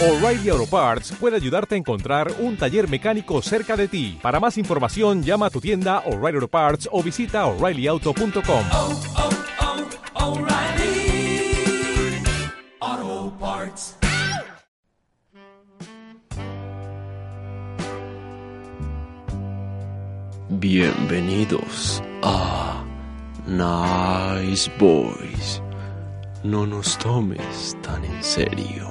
O'Reilly Auto Parts puede ayudarte a encontrar un taller mecánico cerca de ti. Para más información, llama a tu tienda O'Reilly Auto Parts o visita O'ReillyAuto.com. O'Reilly Auto Parts. Bienvenidos a Nice Boys. No nos tomes tan en serio.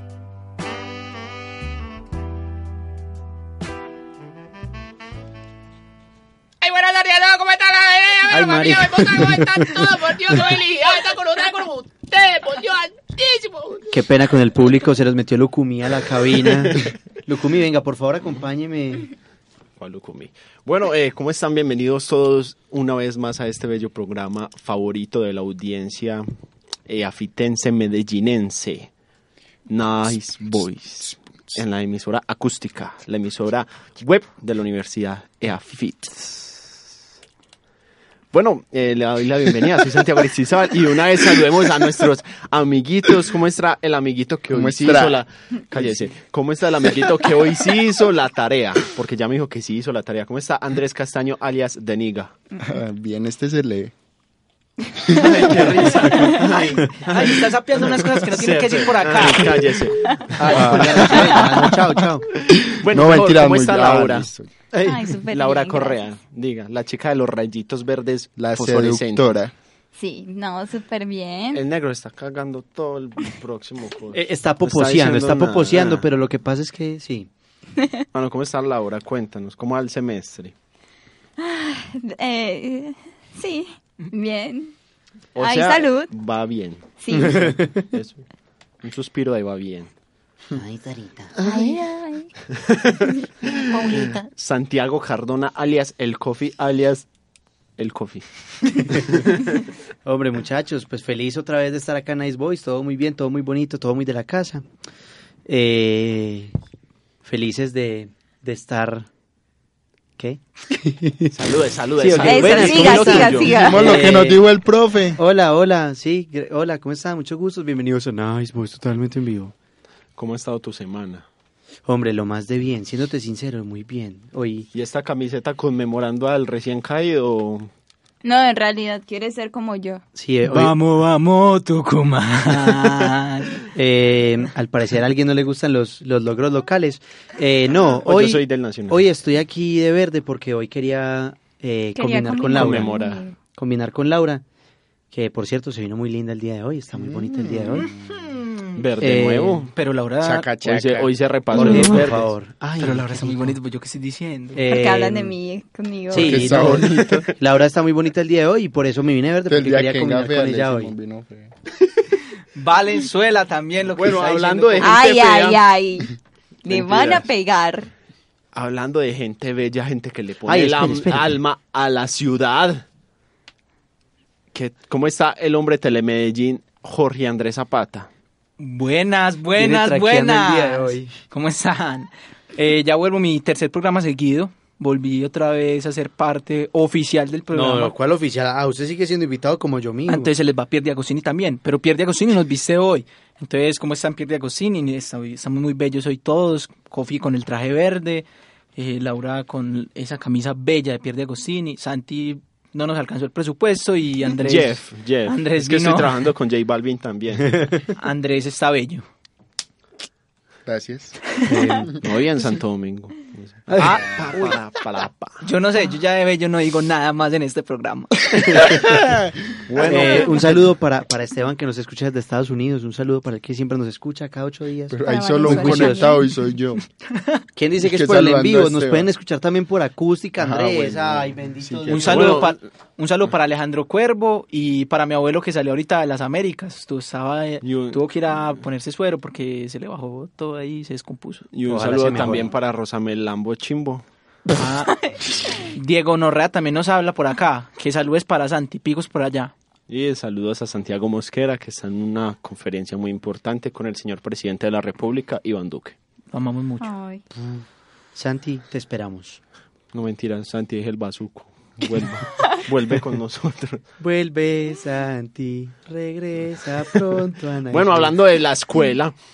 Ay, buenas tardes a todos, ¿cómo están? Ay, María. ¿Cómo están todos? Por Dios, qué felicidad estar con ustedes, por Dios altísimo. Qué pena con el público, se nos metió Lucumí a la cabina. Lucumí, venga, por favor, acompáñeme. Juan Lucumí. Bueno, ¿cómo están? Bienvenidos todos una vez más a este bello programa favorito de la audiencia afitense medellinense, Nice Boys, en la emisora acústica, la emisora web de la Universidad EAFIT. Bueno, le doy la bienvenida, soy Santiago Aristizábal y una vez saludemos a nuestros amiguitos. ¿Cómo está el amiguito que hoy sí hizo la... Cállese. ¿Cómo está el amiguito que hoy sí hizo la tarea? Porque ya me dijo que sí hizo la tarea. ¿Cómo está Andrés Castaño, alias Deniga? Bien, se lee. Ay, qué risa. Ay, está sapeando unas cosas que no tienen que decir por acá. Ay, cállese. Chao. Bueno, No, mejor, mentira, ¿cómo muy está bien. Laura? Listo. Ay, súper Laura bien, Correa, gracias. diga, la chica de los rayitos verdes La fosforescentes. seductora. Sí, no, súper bien. El negro está cagando todo el próximo curso. Está No poposeando, diciendo nada. pero lo que pasa es que sí. Bueno, ¿cómo está Laura? Cuéntanos, ¿cómo va el semestre? Sí, bien. O Ay, sea, salud. va bien. Sí. Eso. Un suspiro de ahí va bien. Ay, Sarita. Ay. Paulita. Santiago Cardona, alias El Coffee, alias El Coffee. Hombre, muchachos, pues feliz otra vez de estar acá en Nice Boys. Todo muy bien, todo muy bonito, todo muy de la casa. Felices de estar... ¿Qué? Salude. Sí, ok. Eso, Bueno, siga. Hicimos lo que nos dijo el profe. Hola, sí, hola, ¿cómo están? Mucho gusto, bienvenidos a Nice Boys, totalmente en vivo. ¿Cómo ha estado tu semana? Hombre, lo más de bien, siéndote sincero, muy bien. Hoy, ¿Y esta camiseta conmemorando al recién caído? No, en realidad quiere ser como yo. sí, hoy, Vamos, Tucumán. al parecer a alguien no le gustan los logros locales. No, O hoy, yo soy del Nacional. hoy estoy aquí de verde porque hoy quería, combinar con Laura. Conmemorar. Combinar con Laura, que por cierto se vino muy linda el día de hoy, está muy bonita el día de hoy. Verde nuevo. Pero Laura... Chaca, chaca. Hoy se repasó Jorge, los por verdes. favor. Ay, Pero Laura qué está muy rico. bonita, pues yo qué estoy diciendo. Porque hablan de mí, conmigo. Sí, Porque está no, bonito. Laura está muy bonita el día de hoy y por eso me vine verde El porque día quería que combinar venga con fea, ella le hoy. decimos vino feo. Valenzuela también lo que Bueno, está hablando diciendo. de gente Ay. Le Mentiras. van a pegar. Hablando de gente bella, gente que le pone Ay, el espere. alma a la ciudad. ¿Cómo está el hombre de Telemedellín, Jorge Andrés Zapata? Buenas. Viene traqueando el día de hoy. ¿Cómo están? Ya vuelvo mi tercer programa seguido. Volví otra vez a ser parte oficial del programa. ¿Cuál oficial? Ah, usted sigue siendo invitado como yo mismo. Antes se les va Pierre de Agostini también, pero Pierre de Agostini nos viste hoy. Entonces, ¿cómo están Pierre de Agostini? Estamos muy bellos hoy todos. Kofi con el traje verde, Laura con esa camisa bella de Pierre de Agostini, Santi no nos alcanzó el presupuesto y Andrés... Jeff. Andrés es que vino- estoy trabajando con J Balvin también. Andrés está bello. Gracias. No bien Santo Domingo. Yo no sé, yo ya de bello no digo nada más en este programa. Bueno, Un saludo para Esteban que nos escucha desde Estados Unidos. Un saludo para el que siempre nos escucha cada 8 días. Pero Para hay solo un Venezuela. conectado y soy yo. ¿Quién dice que que es por el en saludando vivo? a Nos Esteban. pueden escuchar también por acústica, Ajá, Andrés. bueno. Ay, bendito Sí, Dios. que- Un saludo, Bueno. un saludo para Alejandro Cuervo y para mi abuelo que salió ahorita de las Américas. Tuvo que ir a ponerse suero porque se le bajó todo ahí y se descompuso. y un Ojalá saludo se mejore. también para Rosamel Lambo Chimbo. Ah, Diego Norrea también nos habla por acá. Que saludes para Santi, picos por allá. Y saludos a Santiago Mosquera, que está en una conferencia muy importante con el señor presidente de la República, Iván Duque. Lo amamos mucho. Ay. Santi, te esperamos. No mentira, Santi es el bazuco. Vuelve con nosotros. Vuelve, Santi, regresa pronto a Nice Bueno, Boys. hablando de la escuela,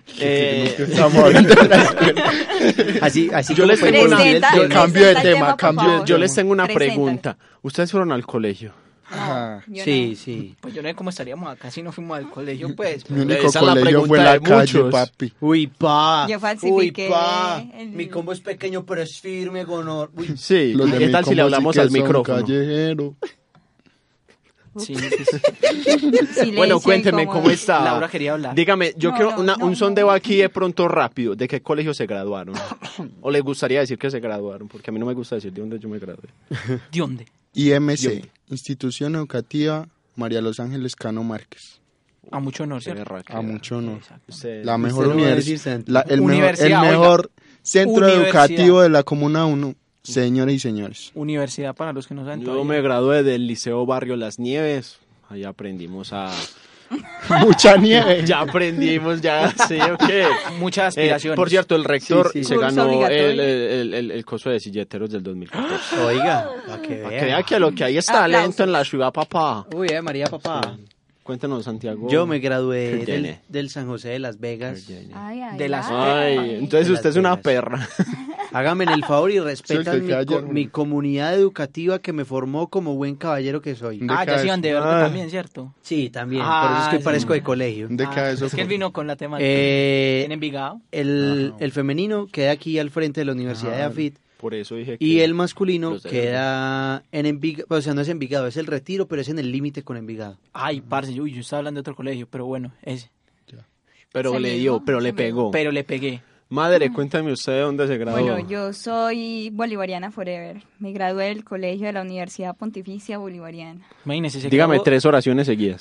Estamos hablando de la escuela. Así Yo como les fue tengo una- Presenta, Yo presenta cambio de el tema, por cambio de favor. Yo les tengo una Presenta. pregunta. ¿Ustedes fueron al colegio? Ajá. Yo Sí, no. sí. Pues yo no sé cómo estaríamos acá si no fuimos al colegio, pues. Mi único Esa es la colegio fue pregunta la de calle, muchos. papi. Uy, pa. Yo falsifiqué Uy, pa. el- Mi combo es pequeño, pero es firme, gonor. Uy. Sí. Los de ¿Qué mi tal si le combo sí hablamos que al son micrófono? callejero. Sí, Silencio Bueno, cuénteme incómodo. cómo está. Laura quería hablar. Dígame, yo No, quiero no, un no. sondeo aquí de pronto rápido. ¿De qué colegio se graduaron? ¿O les gustaría decir que se graduaron? Porque a mí no me gusta decir de dónde yo me gradué. ¿De dónde? IMC, Institución Educativa María Los Ángeles Cano Márquez. A mucho honor, Qué ¿cierto? berraquera. A mucho honor. Usted- La mejor no va a decir universidad, santo. el Universidad, mejor centro Universidad. educativo de la Comuna 1, señores y señores. Universidad para los que no saben Yo todavía. me gradué del Liceo Barrio Las Nieves. Ahí aprendimos a... Mucha nieve. Ya aprendimos, ya, sí, ok. Muchas aspiraciones. Por cierto, el rector Sí, sí. se Curso ganó obligatorio. el coso de silleteros del 2014. Oiga, para que Para vea. que vea que lo que hay es talento Aplausos. en la ciudad, papá. Uy, María, papá. Cuéntanos, Santiago. Yo me gradué Virginia. del San José de Las Vegas. Ay, ay, De las- ay. Ay, entonces De usted Las es una Vegas. perra. Hágame el favor y Sí, el respetan que ayer, mi comunidad educativa que me formó como buen caballero que soy. ¿De Ah, qué ya es? se iban de verde Ah. también, ¿cierto? Sí, también. Ah, por eso es que sí. parezco de colegio. ¿De qué eso? Es que él vino con la temática. Eh, ¿En Envigado? el femenino queda aquí al frente de la Universidad de AFIT Por eso dije que... y el masculino Los de queda en Envigado, o sea, no es Envigado, es el Retiro, pero es en el límite con Envigado. Ay, parce, uy, yo estaba hablando de otro colegio, pero bueno, ese. Pero Se le me dio, dijo, pero se le me pegó. Pero le pegué. Madre, cuéntame usted de dónde se graduó. Bueno, yo soy bolivariana forever. Me gradué del colegio de la Universidad Pontificia Bolivariana. Imagínese, se Dígame graduó- 3 oraciones seguidas.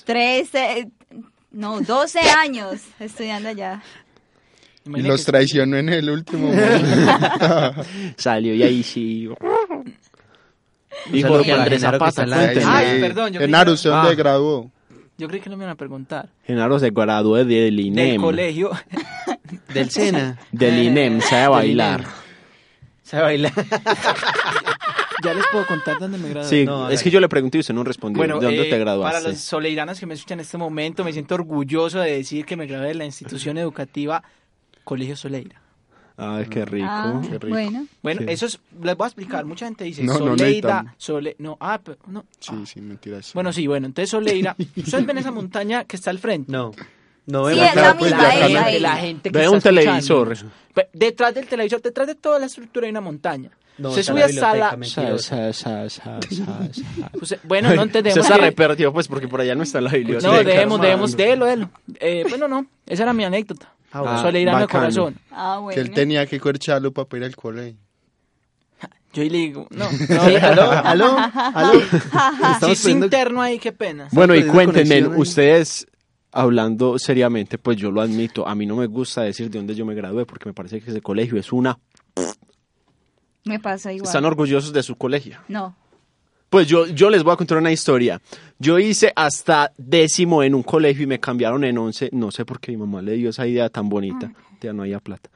12 años estudiando allá. Y imagínese los que- traicionó en el último momento. Salió y ahí sí. Y saludo Jorge para Andrés Genaro, que Zapata, está en la- cuénteme. Ay, perdón, yo creí Genaro, que- ¿usted dónde Ah. graduó? Yo creí que no me iban a preguntar. Genaro se graduó del INEM. Del colegio. Del SENA. Del INEM, sabe bailar. ¿Sabe bailar? Ya les puedo contar dónde me gradué. Sí, No, es que yo le pregunté y usted no respondió. Bueno, ¿De dónde te para graduaste? los soleiranos que me escuchan en este momento, me siento orgulloso de decir que me gradué de la institución educativa Colegio Soleira. Ay, qué rico. Ah, qué rico. bueno. Bueno, Sí. eso es, les voy a explicar. Mucha gente dice No, no Soleira, necesitamos. no, pero, no. Sí, sí, mentiras. Bueno, sí, bueno, entonces Soleira, ¿ustedes ven esa montaña que está al frente? No. No Sí, vemos es nada, la pues, misma, ya esa acá- ahí. La gente que Ve está un televisor. escuchando. Detrás del televisor, detrás de toda la estructura hay una montaña. No, se está sube la hasta la... biblioteca, Pues, bueno, no entendemos. Se que- reperdió, pues, porque por allá no está la biblioteca. No, debemos, hermano. délo. Bueno, no, esa era mi anécdota. Ah, bueno. Soleirano de bacano. corazón. Ah, Que él bueno. tenía que corcharlo para ir al colegio. Yo ahí le digo, no, Sí, aló. si Estamos es perdiendo- interno ahí, qué pena. Bueno, y perdiendo cuéntenme, conexión ahí. ustedes, hablando seriamente, pues yo lo admito, a mí no me gusta decir de dónde yo me gradué, porque me parece que ese colegio es una... Me pasa igual. Están orgullosos de su colegio. No. Pues yo les voy a contar una historia. Yo hice hasta 10º en un colegio y me cambiaron en 11. No sé por qué mi mamá le dio esa idea tan bonita. Ya no había plata.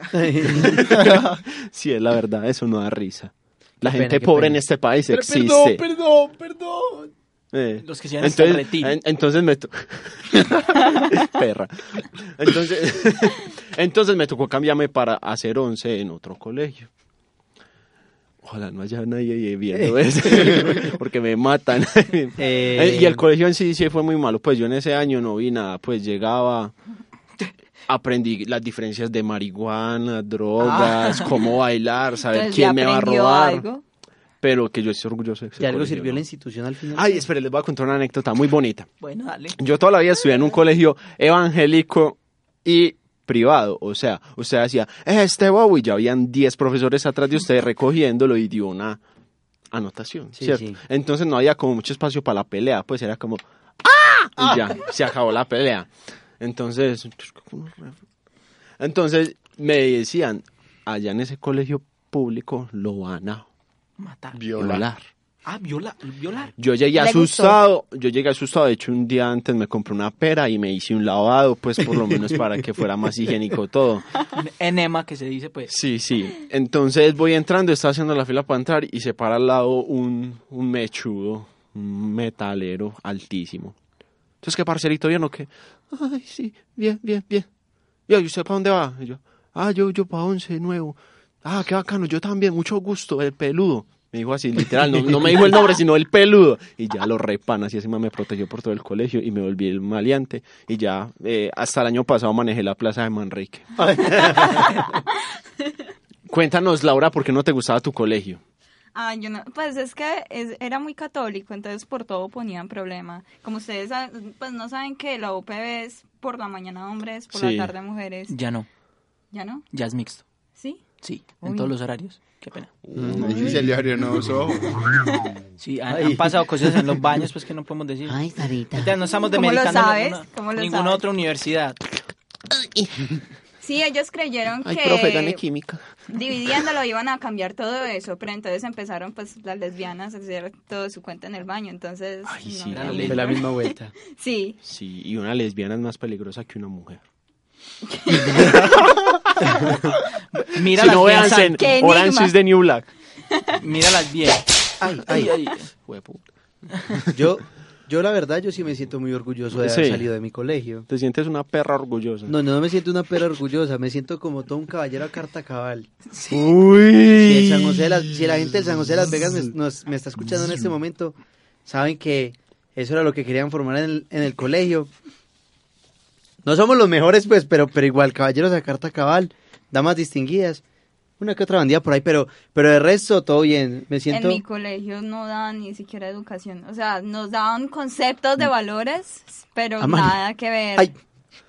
Sí, es la verdad, eso no da risa. La Qué gente pena, qué pobre pena. en este país existe. Perdón. Los que se hasta el Entonces, retiro. entonces me perra. Entonces me tocó cambiarme para hacer 11 en otro colegio. Ojalá no haya nadie viendo eso, porque me matan. Y el colegio en sí fue muy malo. Pues yo en ese año no vi nada. Pues llegaba, aprendí las diferencias de marihuana, drogas, cómo bailar, saber Entonces, quién ¿ya me va a aprendió robar. algo? Pero que yo estoy orgulloso de ese ¿De algo colegio, sirvió ¿no? la institución al final? Ay, espere, les voy a contar una anécdota muy bonita. Bueno, dale. Yo toda la vida estudié en un colegio evangélico y privado. O sea, usted decía, bobo, y ya habían 10 profesores atrás de usted recogiéndolo y dio una anotación, Sí, ¿cierto? sí. Entonces no había como mucho espacio para la pelea, pues era como, ¡ah! Y ya, se acabó la pelea. Entonces me decían, allá en ese colegio público lo van a Matar. violar. Ah, violar. Yo llegué ¿Le asustado, de hecho un día antes me compré una pera y me hice un lavado, pues por lo menos para que fuera más higiénico todo. Un enema que se dice, pues. Sí, sí. Entonces voy entrando, estaba haciendo la fila para entrar y se para al lado un mechudo, un metalero altísimo. Entonces, ¿qué parcerito bien o qué? Ay, sí, bien. ¿y usted para dónde va? Y yo para 11 de nuevo. Qué bacano, yo también, mucho gusto, el peludo. Me dijo así, literal, no me dijo el nombre, sino el peludo. Y ya lo repanas, y así me protegió por todo el colegio y me volví el maleante. Y ya, hasta el año pasado manejé la plaza de Manrique. Cuéntanos, Laura, ¿por qué no te gustaba tu colegio? Yo no, pues es que era muy católico, entonces por todo ponían problema. Como ustedes pues no saben que la UPB es por la mañana hombres, por la tarde mujeres. Ya no. ¿Ya no? Ya es mixto. ¿Sí? Sí, en todos los horarios. Qué pena. Ahí se le abrieron los ojos. Sí, han pasado cosas en los baños pues que no podemos decir. Ay, Sarita. Ya no estamos ¿Cómo lo demeritando sabes? ¿Cómo lo ninguna sabes? otra universidad. Sí, ellos creyeron Ay, que profe, gané química. dividiéndolo iban a cambiar todo eso, pero entonces empezaron pues las lesbianas a hacer todo su cuenta en el baño, entonces... Ay, no, sí, no, Fue la misma vuelta. Sí, Sí, y una lesbiana es más peligrosa que una mujer. Mira Si las no, bien, véanse en ¡Qué enigma! Orange is the New Black. míralas bien. Ay. Hueputa. Yo la verdad, yo sí me siento muy orgulloso de haber Sí. salido de mi colegio. Te sientes una perra orgullosa. No me siento una pera orgullosa, me siento como todo un caballero a carta cabal. Uy. Si la gente del San José de Las Vegas me está escuchando en este momento, saben que eso era lo que querían formar en el colegio. No somos los mejores, pues, pero igual, caballeros a carta cabal, damas distinguidas, una que otra bandida por ahí, pero de resto todo bien, me siento... en mi colegio no daban ni siquiera educación, o sea, nos daban conceptos de valores, pero Amalia. nada que ver. Ay.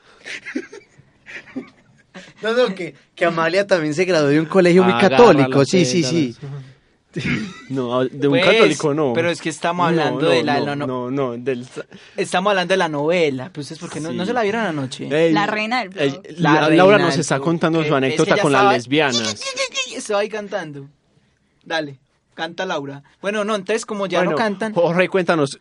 No, que Amalia también se graduó de un colegio muy católico, sí. No, de un Pues, católico no. pero es que estamos hablando de la... Estamos hablando de la novela. Pues es porque no se la vieron anoche. La reina del blog. La Laura reina nos del está blog. contando Que su es anécdota que con ya las estaba- lesbianas. Estaba ahí cantando. Dale, canta Laura. Bueno, no, entonces como ya no cantan... Jorge, cuéntanos.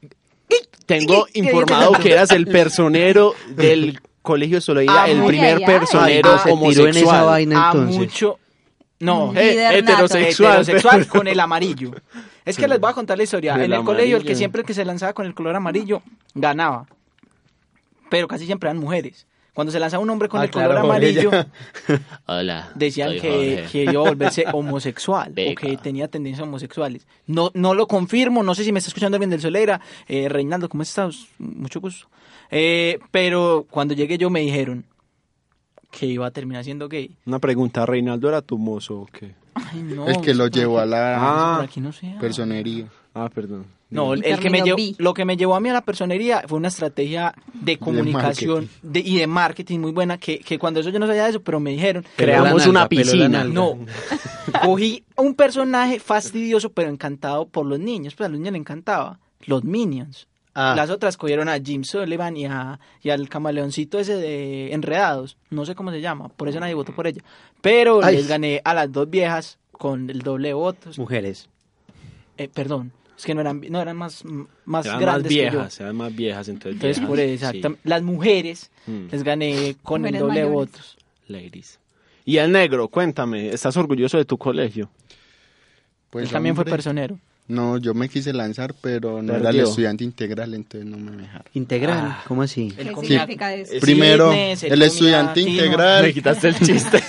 Tengo informado que eras el personero del colegio Soleida, el ay, primer ay, ay. personero se tiró en esa homosexual. vaina a entonces. mucho... No, Líder nato. heterosexual. con el amarillo. Es que les voy a contar la historia. Del En el colegio, el que amarillo. siempre que se lanzaba con el color amarillo, ganaba. Pero casi siempre eran mujeres. Cuando se lanzaba un hombre con el color amarillo, Hola. decían soy que Jorge. iba a volverse homosexual Venga. o que tenía tendencias homosexuales. No lo confirmo, no sé si me está escuchando alguien del Solera. Reinaldo, ¿cómo estás? Mucho gusto. Pero cuando llegué yo me dijeron que iba a terminar siendo gay. Una pregunta, ¿Reinaldo era tu mozo o qué? Ay, no, El que lo por llevó aquí- a la por aquí no se habla. personería. Perdón. No, Y el que me terminó llevó, bi. lo que me llevó a mí a la personería fue una estrategia de comunicación y de marketing muy buena, que cuando eso yo no sabía de eso, pero me dijeron, Creamos una piscina. no, cogí un personaje fastidioso pero encantado por los niños, pues a los niños les encantaba, los Minions. Ah. Las otras cogieron a Jim Sullivan y al camaleoncito ese de Enredados, no sé cómo se llama, por eso nadie votó por ella, pero Ay. les gané a las dos viejas con el doble de votos. Mujeres. Perdón, es que no eran Eran más más grandes que yo. viejas, eran más viejas, entonces Entonces, viejas, por eso, sí. exactamente. Las mujeres Mm. les gané con Mujeres el doble de mayores. votos. Ladies. Y el negro, cuéntame, ¿estás orgulloso de tu colegio? Pues, Él también fue hombre, personero. No, yo me quise lanzar, pero no era el Perdió. estudiante integral, entonces no me dejaron. Integral, ¿cómo así? ¿Qué comía- significa eso? Primero, fitness, él el comía estudiante fino. integral. Me quitaste el chiste.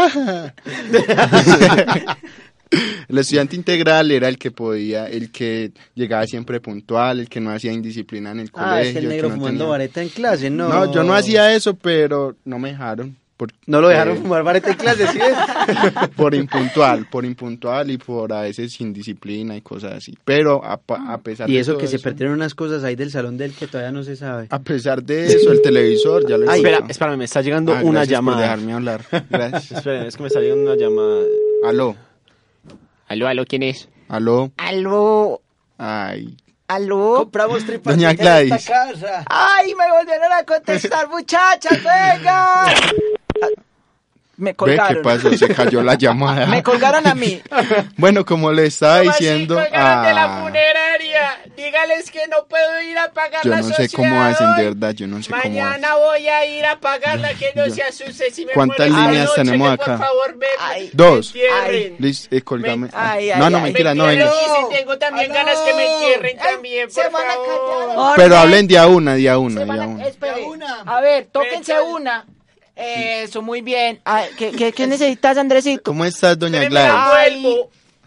El estudiante integral era el que podía, el que llegaba siempre puntual, el que no hacía indisciplina en el colegio. Es que el negro no fumando tenía- vareta en clase, no. No, yo no hacía eso, pero no me dejaron. No lo dejaron fumar vareta en clase, ¿sí ves? Por impuntual y por a veces sin disciplina y cosas así. Pero a pesar Y de eso todo que se perdieron unas cosas ahí del salón del que todavía no se sabe. A pesar de eso, el televisor ya lo Ay, escucho. espérame, me está llegando Ah, una gracias por llamada. dejarme hablar. Gracias. Espera, es que me está llegando una llamada. Aló, Aló, ¿quién es? aló. ¡Aló! Ay, ¿Aló? Compramos Doña Gladys. casa. ¡Ay, me volvieron a contestar, muchachas! ¡Venga! Me ve qué colgaron. pasó, se cayó la llamada. Me colgaron a mí. Bueno, como le estaba diciendo, funeraria. Dígales que no puedo ir a pagar yo la no sé sociedad cómo hacen, hoy. de verdad, yo no sé cómo hacen. Mañana voy a ir a pagarla, que no se asuste si me ¿Cuántas muero esta líneas noche, tenemos que acá? Por favor, me Ay. Dos. entierren. Liz, colgame. Ay, No, ay, no, ay. mentira, no, Me venga. entierren, y si tengo también ganas que me entierren también, por favor. Pero hablen de a una, de a una, de a una. A ver, tóquense una. Eso, muy bien. Ay, ¿qué necesitas, Andresito? ¿Cómo estás, doña Pero me la Gladys? vuelvo.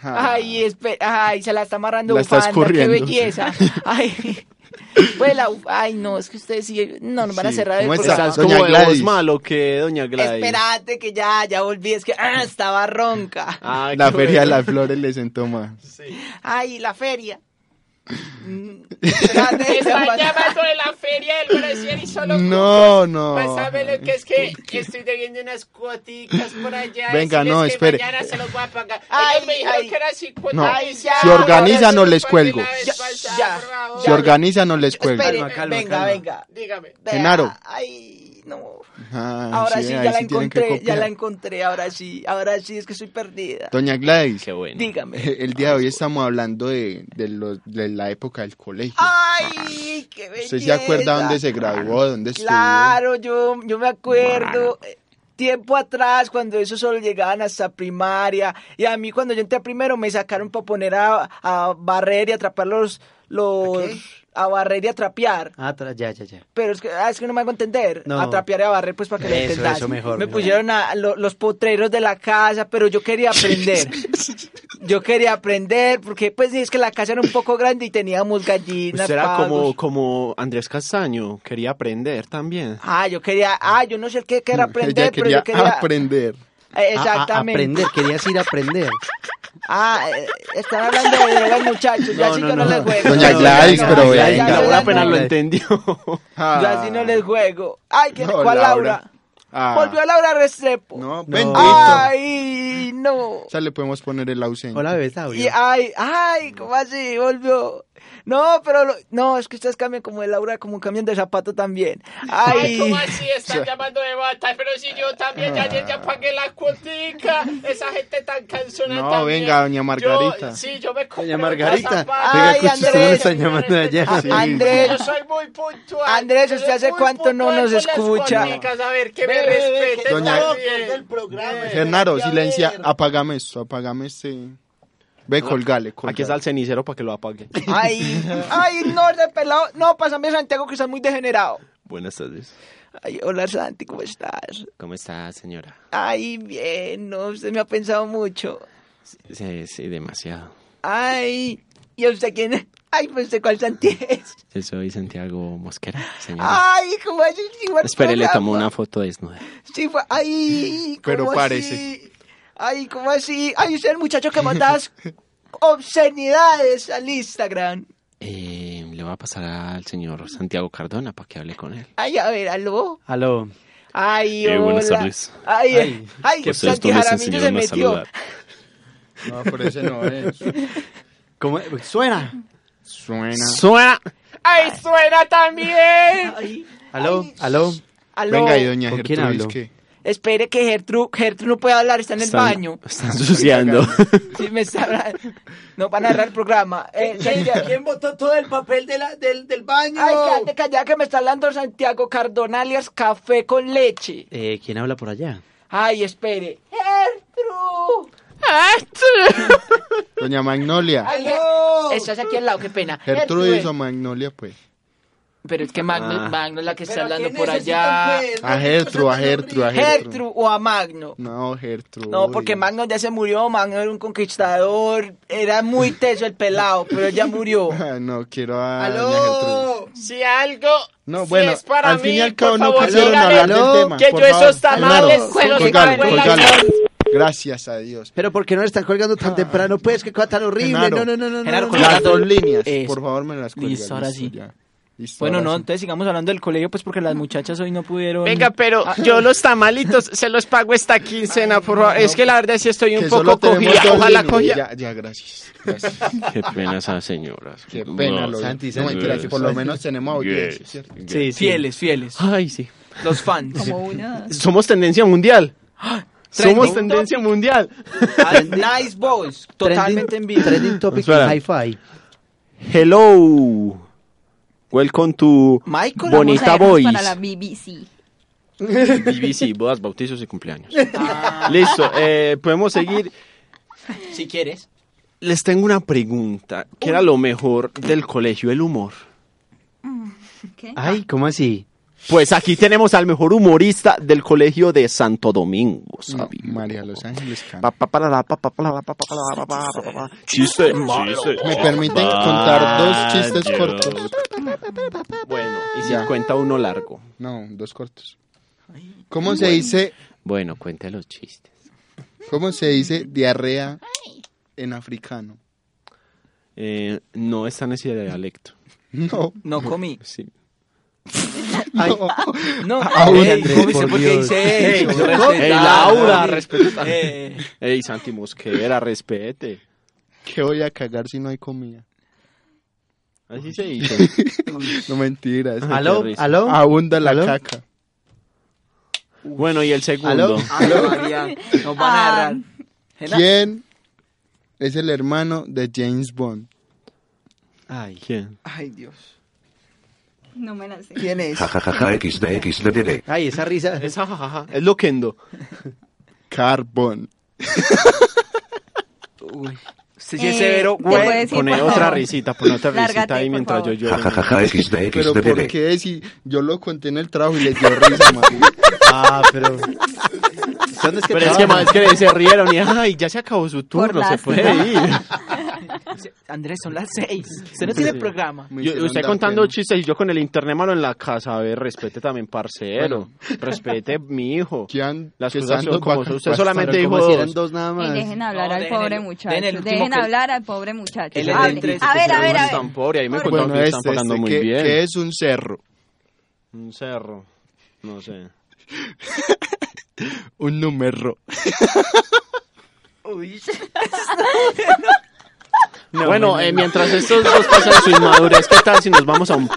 Ay, se la está amarrando La está bufanda, qué escurriendo. belleza. Ay, pues ay, no, es que ustedes sí, no, nos van a Sí, cerrar el ¿cómo programa. ¿Estás Doña como de Gladys. voz malo que doña Gladys? Espérate que ya volví, es que estaba ronca. Ay, La qué feria de bueno. las flores le sentó más. Ay, la feria. Me están llamando de la feria del brasier y solo No. Pásamelo, que es que estoy debiendo unas cuoticas por allá. Venga, decirles no, que espere. mañana se los voy a pagar. Ay, Ellos me dijeron que era 50. No, Ay, ya, si organiza, ahora no sí les lo cuelgo. pagué la vez pasada, Ya. por favor. Si organiza, no les cuelgo. Espere, Calma, venga, calma. venga. Dígame. Vea, Genaro. Ay, no. Ah, Ahora sí, ahí ya la sí tienen que encontré, copiar. ahora sí, es que estoy perdida. Doña Gladys, Qué bueno. Dígame. el día de hoy estamos hablando de la época del colegio. Ay, qué belleza. ¿Usted se acuerda dónde se graduó, dónde estudió? Claro, yo me acuerdo. Tiempo atrás, cuando eso solo llegaban hasta primaria, y a mí cuando yo entré primero me sacaron para poner a barrer y atrapar a barrer y a trapear. Ya. Pero es que no me hago entender. No. A trapear y a barrer, pues para que le Eso, entendas. eso, mejor, Me mejor. pusieron los potreros de la casa, pero yo quería aprender. Yo quería aprender, porque pues es que la casa era un poco grande y teníamos gallinas, Usted era pavos. como Andrés Castaño, quería aprender también. Yo no sé qué era aprender, Ella pero quería yo quería... aprender. Exactamente. Aprender, querías ir a aprender. Están hablando de drogas, muchachos. Ya sí yo no les juego. Doña No, Gladys, no, pero ya, venga. ya, Laura ya, apenas no. lo entendió. Yo así no les juego. Ay, No, ¿cuál Laura? Ah. Volvió Laura Restrepo. No, No. bendito. Ay, no. O sea, le podemos poner el ausente. Hola, bebé, está Y bien. ay, ¿cómo así? Volvió. No, pero no, es que ustedes cambian como de Laura, como cambian de zapato también. Ay, ¿cómo Ay, así? Están llamando de bata, pero si yo también ya pagué la cuotica. Esa gente tan cansona No, también. venga, doña Margarita. Yo me compré Doña Margarita. unos zapatos. Venga, Ay, que usted no Andrés. le están llamando de allá. Sí. Andrés. Yo soy muy puntual. Andrés, ¿usted Yo soy hace muy cuánto no puntual nos con las escucha? cuoticas, a ver, que me respeten Doña- también. Genaro, silencia, apágame esto, apágame este. Ve, colgale. Aquí está el cenicero para que lo apague. ay, no, ese pelado. No, pásame a Santiago, que estás muy degenerado. Buenas tardes. Ay, hola Santi, ¿cómo estás? ¿Cómo está, señora? Ay, bien, no, usted me ha pensado mucho. Sí, demasiado. Ay, ¿y a usted quién? Ay, pues usted cuál Santi es. Yo soy Santiago Mosquera, señora. Ay, ¿cómo así? Sí, fue al Espere, le tomo programa. una foto desnuda. Sí, fue, ay, ¿cómo Pero así? parece. Ay, ¿cómo así? Ay, usted es el muchacho que mandas obscenidades al Instagram. Le voy a pasar al señor Santiago Cardona para que hable con él. Ay, a ver, ¿aló? Aló. Ay, hola. Buenas tardes. Ay, Pues Santi esto me Jaramillo se enseñaron a metió. saludar. No, por ese no es. ¿Cómo? Suena. Suena. ¡Suena! ¡Ay, suena también! Aló, aló. ¿Aló? Venga, y doña ¿Con quién Gertrudis, hablo? ¿qué? Espere que Gertrude no puede hablar, está en el baño. Están ensuciando. Sí, me está... No, van a narrar el programa. Santiago. ¿Quién botó todo el papel del baño? Ay, cállate, calla, que me está hablando Santiago Cardona alias Café con Leche. ¿Quién habla por allá? Ay, espere. Gertrude. Doña Magnolia. Ay, estás aquí al lado, qué pena. Gertrudis o Magnolia, pues. Pero es que Magno es la que está hablando por pues? allá. A Gertrude. Gertrude o a Magno. No, Gertrude. No, porque Magno ya se murió, Magno era un conquistador, era muy teso el pelado, pero ya murió. Ah, no, quiero a doña Gertrudis. Si algo No, si bueno, es para al mí, fin y al cabo por no favor, quisieron dígale hablar del tema. que por yo favor. esos tamales Genaro, se los colgale, pago en la colgale. casa. Gracias a Dios. Pero ¿por qué no le están colgando tan temprano? Pues, qué cosa tan horrible. Genaro. No. Genaro, no. colga Las dos líneas, Eso. por favor, me las cuelga. Listo, ahora sí. ya. Listo, Bueno, ahora no, sí. entonces sigamos hablando del colegio, pues porque las muchachas hoy no pudieron... Venga, pero yo los tamalitos se los pago esta quincena, por favor. Es que la verdad sí estoy un Que poco solo tenemos cogida. dos Ojalá líneas. cogida. Ya, gracias. Gracias. Qué pena esas señoras. Qué pena, lo Santi, No, Santi. mentira, que por lo menos tenemos audiencia, ¿cierto? Sí, Fieles, Ay, sí. los fans. Como una. Somos tendencia mundial. Somos Trending tendencia mundial. Nice boys, totalmente en vivo. Trending topic Espera. hi-fi. Hello. Welcome to Michael, Bonita Vamos a irnos Boys. para la BBC. BBC, bodas, bautizos y cumpleaños. Listo, podemos seguir. Si quieres. Les tengo una pregunta. ¿Qué era lo mejor del colegio? El humor. ¿Qué? Ay, ¿cómo así? Pues aquí tenemos al mejor humorista del colegio de Santo Domingo, No, ¿sabes? María Los Ángeles Cano. Chiste, ¿Me permiten contar 2 chistes cortos? Bueno, y si Ya. cuenta uno largo. No, 2 cortos. ¿Cómo se dice Bueno, cuente los chistes. ¿Cómo se dice diarrea en africano? No está en ese dialecto. No. No comí. Sí. No. No, Aún, ey, Andrés, ¿cómo dice? por ¿Por qué Dios. dice eso? Ey, Respetá, Laura, ¿no? respeta. Eh, Ey, Santi Mosquera, respete. ¿Qué voy a cagar si no hay comida? Así se dice. No mentiras. ¿Aló? qué risa. ¿Aló? Abunda la ¿Aló? caca. Bueno, y el segundo. ¿Aló? Ave María, nos van a agarrar. ¿Quién es el hermano de James Bond? Ay, ¿quién? Ay, Dios. No me la sé. ¿Quién es? Jajajaja XD. Ay, esa risa. Es jajaja. Es Loquendo. Carbón. Uy. Usted sí es severo, ¿te güey. puedes decir, Pone por otra favor? risita, pone otra risita Lárgate, ahí por mientras favor. yo lloro. Jajajaja Pero ¿por XD. qué? Si yo lo conté en el trabajo y le dio risa, María. Ah, pero... ¿Dónde es que Pero es que, trabajan? es que se rieron y ay, ya se acabó su Por turno, se lástima. puede ir. Andrés, son las 6. Usted no tiene Sí. programa. Me Yo- hicieron usted dar contando pena. chistes y yo con el internet malo en la casa. A ver, respete también, parcero. Respete mi hijo. ¿Quién? Las que cosas están son como dos son. Usted vacas solamente Pero dijo como si eran dos. 2 nada Y más. dejen hablar No, al déjenlo. pobre muchacho. Den el último Dejen que- hablar al pobre muchacho. Él es Hable. del 13, A ver, que a ver, No a es ver. tan pobre, ahí me Por contaron Bueno, que están pagando muy bien. ¿qué es un cerro? Un cerro. No sé. Un número. Uy. Bueno, mientras estos dos pasan su inmadurez, ¿qué tal si nos vamos a un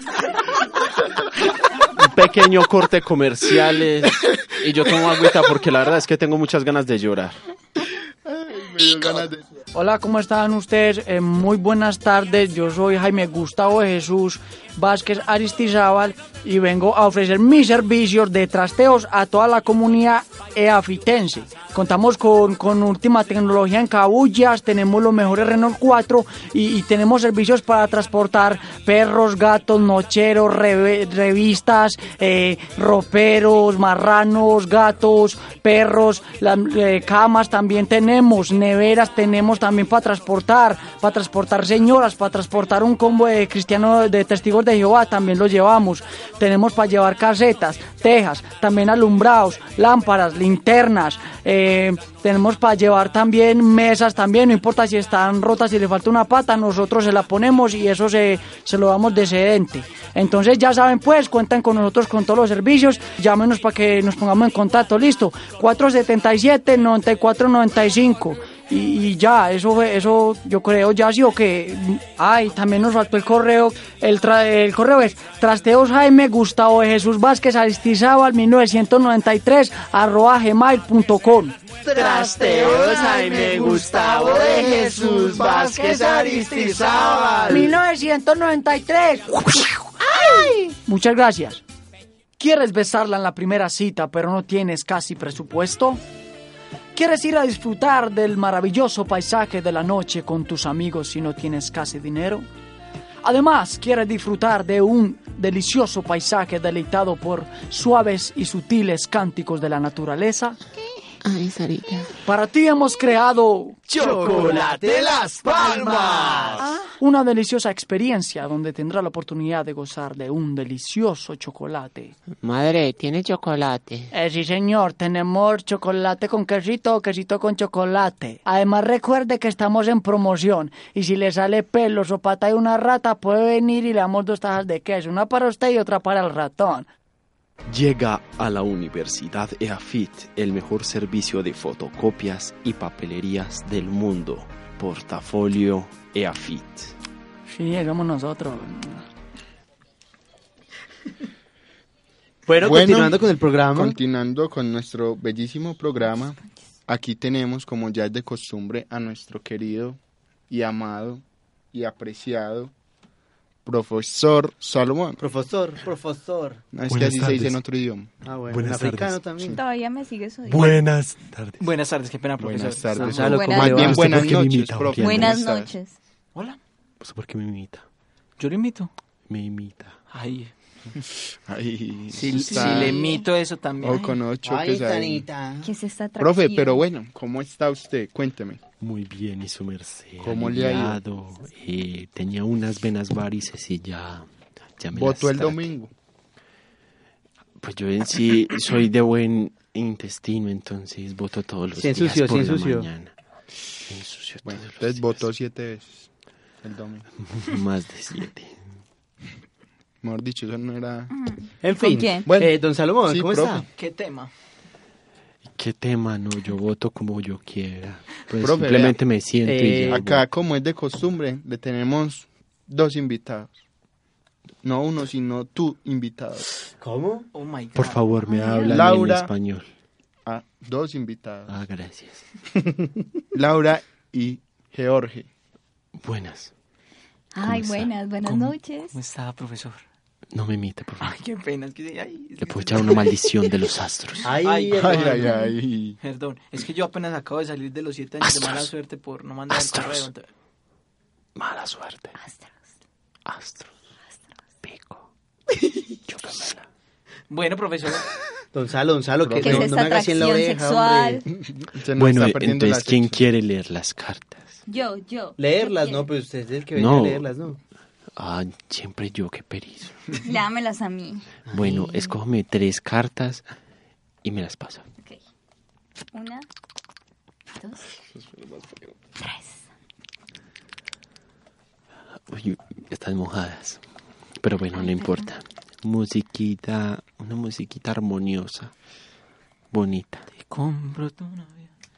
pequeño corte comerciales? Y yo tomo agüita porque la verdad es que tengo muchas ganas de llorar. Hola, ¿cómo están ustedes? Muy buenas tardes. Yo soy Jaime Gustavo Jesús Vázquez Aristizábal y vengo a ofrecer mis servicios de trasteos a toda la comunidad eafitense. Contamos con última tecnología en cabullas, tenemos los mejores Renault 4 y tenemos servicios para transportar perros, gatos, nocheros, revistas, roperos, marranos, gatos, perros, camas también tenemos, neveras tenemos también para transportar señoras, para transportar un combo de cristianos, de testigos de Jehová, también lo llevamos. Tenemos para llevar casetas, tejas, también alumbrados, lámparas, linternas, tenemos para llevar también mesas también, no importa si están rotas, si le falta una pata, nosotros se la ponemos y eso se lo damos de excedente. Entonces ya saben pues, cuentan con nosotros con todos los servicios, llámenos para que nos pongamos en contacto, listo, 477-9495. Y ya, eso yo creo ya sí o que... Ay, también nos faltó el correo. El correo es trasteos Jaime Gustavo de Jesús Vázquez Aristizábal 1993 @gmail.com. Trasteos Jaime Gustavo de Jesús Vázquez Aristizábal 1993. ¡Ay! Muchas gracias. ¿Quieres besarla en la primera cita pero no tienes casi presupuesto? ¿Quieres ir a disfrutar del maravilloso paisaje de la noche con tus amigos si no tienes casi dinero? Además, ¿quieres disfrutar de un delicioso paisaje deleitado por suaves y sutiles cánticos de la naturaleza? Ay, Sarita. Para ti hemos creado Chocolate Las Palmas. una deliciosa experiencia donde tendrá la oportunidad de gozar de un delicioso chocolate. Madre, ¿tiene chocolate? Sí, señor, tenemos chocolate con quesito, quesito con chocolate. Además, recuerde que estamos en promoción y si le sale pelos o pata de una rata, puede venir y le damos 2 tajas de queso, una para usted y otra para el ratón. Llega a la Universidad EAFIT el mejor servicio de fotocopias y papelerías del mundo. Portafolio EAFIT. Sí, somos nosotros. Bueno, continuando con el programa. Continuando con nuestro bellísimo programa, aquí tenemos, como ya es de costumbre, a nuestro querido y amado y apreciado profesor Salomón. Profesor. No, es que así se dice en otro idioma. Ah, bueno, Buenas en africano tardes. también. Todavía me sigue eso. Buenas tardes. Buenas tardes, qué pena, profesor. Buenas tardes. Gonzalo, Buenas Más bien noches. buenas ¿Por qué me noches, imita, profe. Joaquín? Buenas ¿Cómo estás? noches. Hola, No sé por qué me imita. yo lo invito. Me imita. Ay, Ay, Si está- le mito eso también. O con 8 que es ahí. ¿Qué es esta atracción? Profe, pero bueno, ¿cómo está usted? Cuénteme. Muy bien, y su merced. ¿Cómo le ha ido? aliviado, tenía unas venas varices y ya me Votó las el traté. domingo. Pues yo en sí soy de buen intestino, entonces voto todos los Se días ensució, por se la ensució. mañana. Se ensució Bueno, todos los entonces días. votó 7 veces el domingo. Más de 7. Mejor dicho, eso no era... En fin, quién? bueno, don Salomón, Sí, ¿cómo profe. está? ¿Qué tema? ¿Qué tema? No, yo voto como yo quiera. Pues Profe, simplemente me siento y ya. Acá, como es de costumbre, le tenemos 2 invitados. No uno, sino tú invitado. ¿Cómo? Oh my God. Por favor, me hablan Laura. en español. 2 invitados. Ah, gracias. Laura y George. Buenas. Ay, ¿Cómo está? buenas ¿Cómo- noches. ¿Cómo está, profesor? No me imite, por favor. Ay, qué pena. Es que, ay, Le puedo echar una maldición de los astros. Ay, Ay, Ay. Perdón, es que yo apenas acabo de salir de los 7 años de Astros. mala suerte por no mandar el Astros. correo. entonces- Mala suerte. Astros. Pico. Chúpamela. Bueno, profesor, Don Salo, que ¿Qué es no esta me haga así en la atracción oreja, sexual? hombre. Se nos Bueno, está perdiendo entonces, la ¿quién sección. quiere leer las cartas? Yo. Leerlas, ¿Qué no, quiere? pues usted es el que venía No. a leerlas, ¿no? Ah, siempre yo, qué perizo. Dámelas a mí. Bueno, escógeme 3 cartas y me las pasa. Ok. 1, 2, 3. Uy, están mojadas. Pero bueno, no importa. Musiquita, una musiquita armoniosa, bonita. te compro tu novia.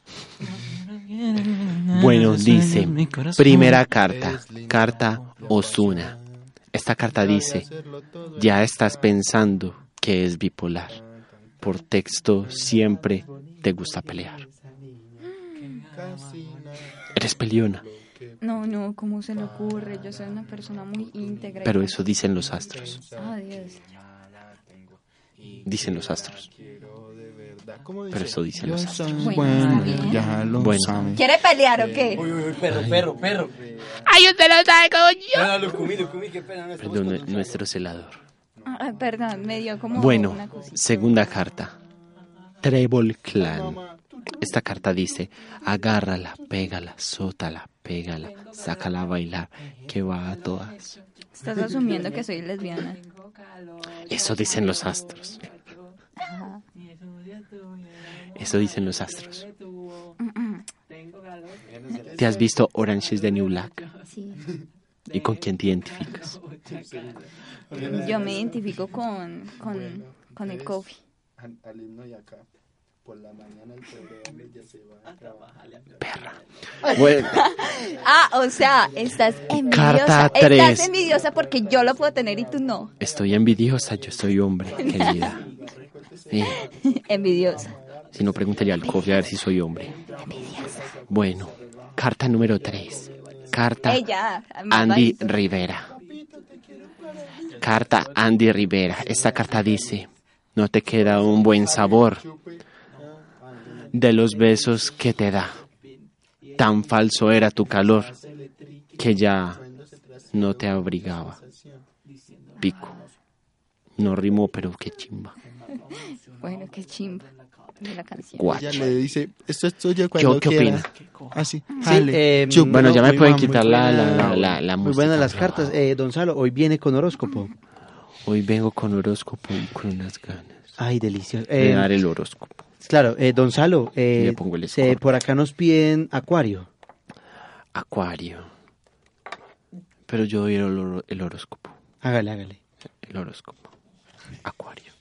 Bueno, dice, primera carta, carta Ozuna. Esta carta dice, ya estás pensando que es bipolar. Por texto siempre te gusta pelear. Eres peleona, No, ¿cómo se le ocurre? Yo soy una persona muy íntegra. pero eso dicen los astros. Oh, Dios. Dicen los astros. Pero eso dicen Yo los astros. soy Bueno, bueno, está bien. ya lo Bueno. saben. ¿Quiere pelear o qué? Perro. ¡Ay, usted lo sabe como yo! No, Lucumí, qué pena. No estamos Perdón, con- nuestro celador. Ah, perdón, me dio como Bueno, una cosita. segunda carta. Trébol Clan. Esta carta dice, agárrala, pégala, sótala, pégala, sácala a bailar, que va a todas. Estás asumiendo que soy lesbiana. Eso dicen los astros. Eso dicen los astros. ¿Te has visto Orange is the New Black? Sí. ¿Y con quién te identificas? Yo me identifico con el coffee. Al himno y acá, por la mañana el pobre ya se va a trabajar. Perra. Bueno, Ah, o sea, estás envidiosa. Carta 3. Estás envidiosa porque yo lo puedo tener y tú no. estoy envidiosa, yo soy hombre, querida. Sí. Envidiosa. Si no, pregúntale al coffee a ver si soy hombre. Bueno, carta número 3. Carta Ella. Andy Rivera. Carta Andy Rivera. Esta carta dice, no te queda un buen sabor de los besos que te da. Tan falso era tu calor que ya no te abrigaba. Pico. No rimó, pero qué chimba. Bueno, qué chimba de la canción. Guacho. Ella le dice, esto es tuyo cuando ¿Qué quiera. opina? Así, Sí, jale, chupa. Bueno, ya me Muy pueden mamá, quitar muy buena. la Muy música. buenas las cartas. Don Salo, hoy viene con horóscopo. Hoy vengo con horóscopo y con unas ganas Ay, delicioso. de dar el horóscopo. Claro, don Salo, le pongo el escorpio. por acá nos piden Acuario. Acuario. Pero yo doy el horóscopo. Hágale. El horóscopo. Acuario.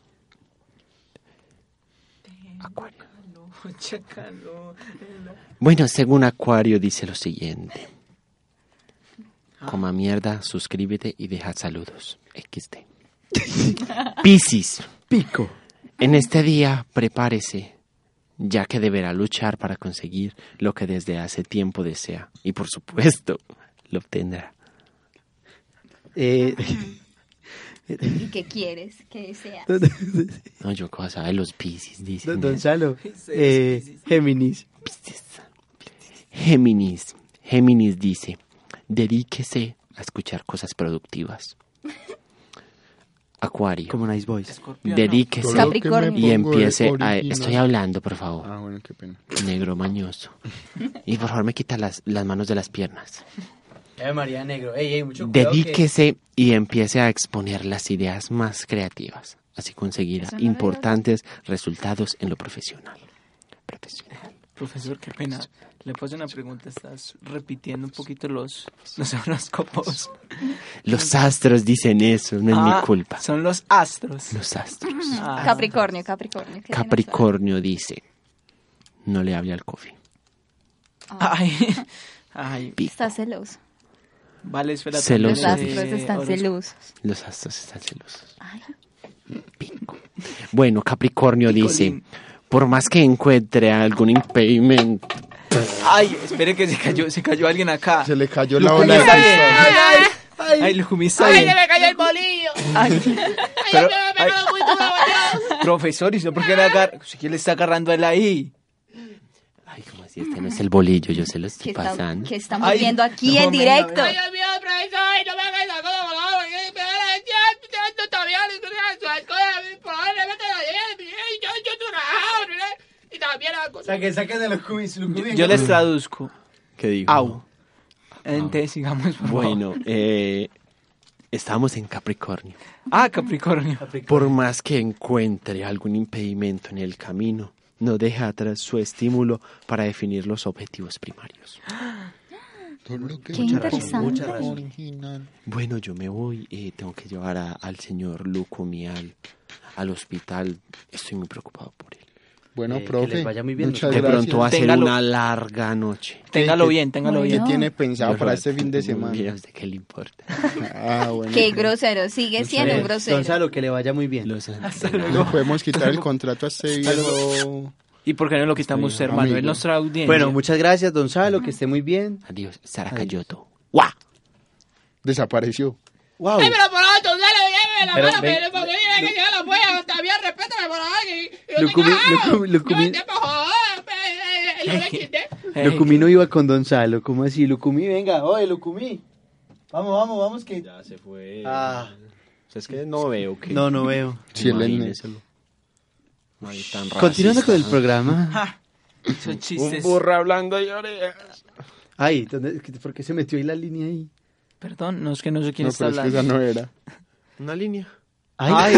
Acuario. Chacalo. Bueno, según Acuario dice lo siguiente. Coma mierda, suscríbete y deja saludos. XD. Piscis. Pico. En este día, prepárese, ya que deberá luchar para conseguir lo que desde hace tiempo desea. Y por supuesto, lo obtendrá. ¿Y qué quieres? ¿Qué deseas? No, yo cosa de los Piscis, dicen. Don Salo, Géminis. Géminis dice, dedíquese a escuchar cosas productivas. Acuario. Como Nice Boys. Escorpión, Dedíquese Todo lo que me Capricornio. y pongo empiece a... original. Estoy hablando, por favor. Ah, bueno, qué pena. Negro mañoso. Y por favor me quita las manos de las piernas. María Negro. Ey, mucho cuidado. Dedíquese y empiece a exponer las ideas más creativas. Así conseguirá Eso no lo importantes resultados en lo profesional. Profesor, qué pena. Le puedo hacer una pregunta. Estás repitiendo un poquito los horóscopos. Los astros dicen eso, no es mi culpa. Son los astros. Los astros. Capricornio. ¿Qué Capricornio dice, no le hable al coffee. Ay. Está celoso. Vale, espera. Celoso. Los astros están celosos. Los astros están celosos. Pico. Bueno, Capricornio dice, por más que encuentre algún impedimento. Ay, espere que se cayó alguien acá. Se le cayó la Lucumí ola de está bien. risa. Ay, Lucumí está ¡Ay, bien. se me cayó el bolillo! Pero, ¡Ay, me pegó muy duro, boludo! profesor, ¿y usted por qué quién le está agarrando a él ahí? Ay, ¿cómo así? Este no es el bolillo, yo se lo estoy pasando. Que estamos viendo aquí en directo. ¡Ay, Dios mío, profesor! ¡No me hagas esa cosa, por favor! ¡Yo todavía y también la cosa. Saquen de Lucumí. Yo les traduzco. ¿Qué digo? Au. Entonces sigamos, por favor. Bueno, estamos en Capricornio. Capricornio. Por más que encuentre algún impedimento en el camino, no deja atrás su estímulo para definir los objetivos primarios. Qué interesante. Original. Bueno, yo me voy, tengo que llevar al señor Lucumí al hospital. Estoy muy preocupado por él. Bueno, Que profe, les vaya muy bien. muchas De gracias. pronto va a ser Téngalo. una larga noche. Téngalo ¿Qué- bien, téngalo ¿Qué bien. tiene pensado Yo para no- este fin de semana? ¿A usted qué le importa? Ah, bueno. Qué grosero. Sigue siendo un grosero. Gonzalo, que le vaya muy bien. No podemos quitar el contrato a este viejo. ¿Y por qué no lo quitamos, Sí, hermano? amigo. Es nuestra audiencia. Bueno, muchas gracias, Don Salo, que esté muy bien. Adiós, Saracayoto. Desapareció. Wow. ¡Ay, pero por favor, tú dale, déjame la Pero mano, ven- pero porque yo que yo la puedo, también respétame por favor. Lucumí Por favor, yo le quité. Lucumí no iba con Don Salo. ¿Cómo así? Lucumí, venga. Oye, Lucumí. Vamos, que... Ya se fue. Ah, O sea, es que no veo que... no veo. Sí, él es Imagínenselo. Ay, tan Continuando racista. con el programa. Son chistes. hablando de orejas. Ay, ¿por qué se metió ahí la línea ahí? Perdón, no es que no sé quién No, está pero es que hablando. esa no era. Una línea. Ay,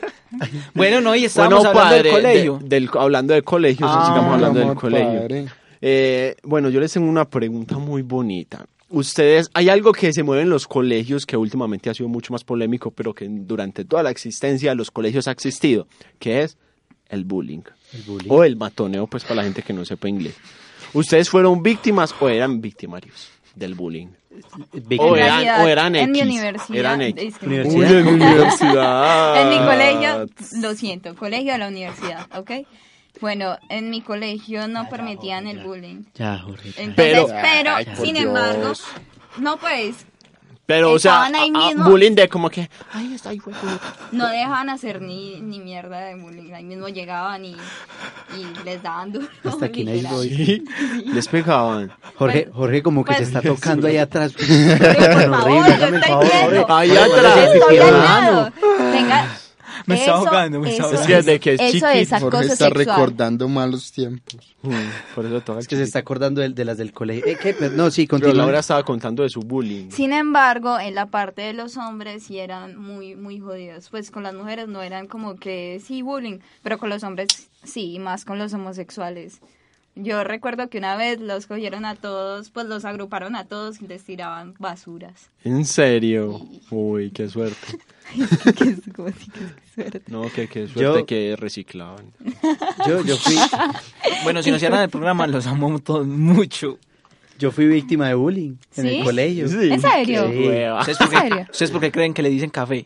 Bueno, no, y estábamos hablando del colegio. Hablando del colegio, sigamos hablando del amor, colegio. padre. Bueno, yo les tengo una pregunta muy bonita. Ustedes, hay algo que se mueve en los colegios que últimamente ha sido mucho más polémico, pero que durante toda la existencia de los colegios ha existido, que es el bullying. O el matoneo, pues para la gente que no sepa inglés. ¿Ustedes fueron víctimas o eran victimarios del bullying? En realidad, en mi universidad. Eran X. es que- Universidad. Uy, en mi universidad. En mi colegio, lo siento, colegio de la universidad, ¿ok? Bueno, en mi colegio no permitían el bullying. ya, Jorge. Entonces, Pero- pero, Ay, por sin Dios. embargo, no pues, Pero, o sea, Estaban ahí mismo. bullying de como que, ay, está ahí, no dejaban hacer ni mierda de bullying. Ahí mismo llegaban y les daban duro. Hasta aquí Nice literal. Boy. Sí, les pegaban. Jorge como que pues- se está tocando ahí atrás. Por favor, yo hágame el estoy favor, viendo. Jorge. Ahí Jorge, atrás. Estoy al hermano. lado. Venga. Me está ahogando, me está eso ahogando. Es que desde que es eso chiquito, es acoso Jorge está sexual. recordando malos tiempos. Por eso toca Es que se está acordando de las del colegio. ¿Qué? No, sí, Pero continúa. Laura estaba contando de su bullying. Sin embargo, en la parte de los hombres sí eran muy, muy jodidos. Pues con las mujeres no eran como que sí bullying, pero con los hombres sí, y más con los homosexuales. Yo recuerdo que una vez los cogieron a todos, pues los agruparon a todos y les tiraban basuras. ¿En serio? Uy, qué suerte. ¿Qué es? ¿Cómo así que suerte? No, qué suerte Yo- que reciclaban. Yo fui... Bueno, si no cierran el programa, los amo todos mucho. Yo fui víctima de bullying en ¿Sí? el colegio. ¿En serio? Sí. ¿Ustedes ¿En serio? por qué creen que le dicen café?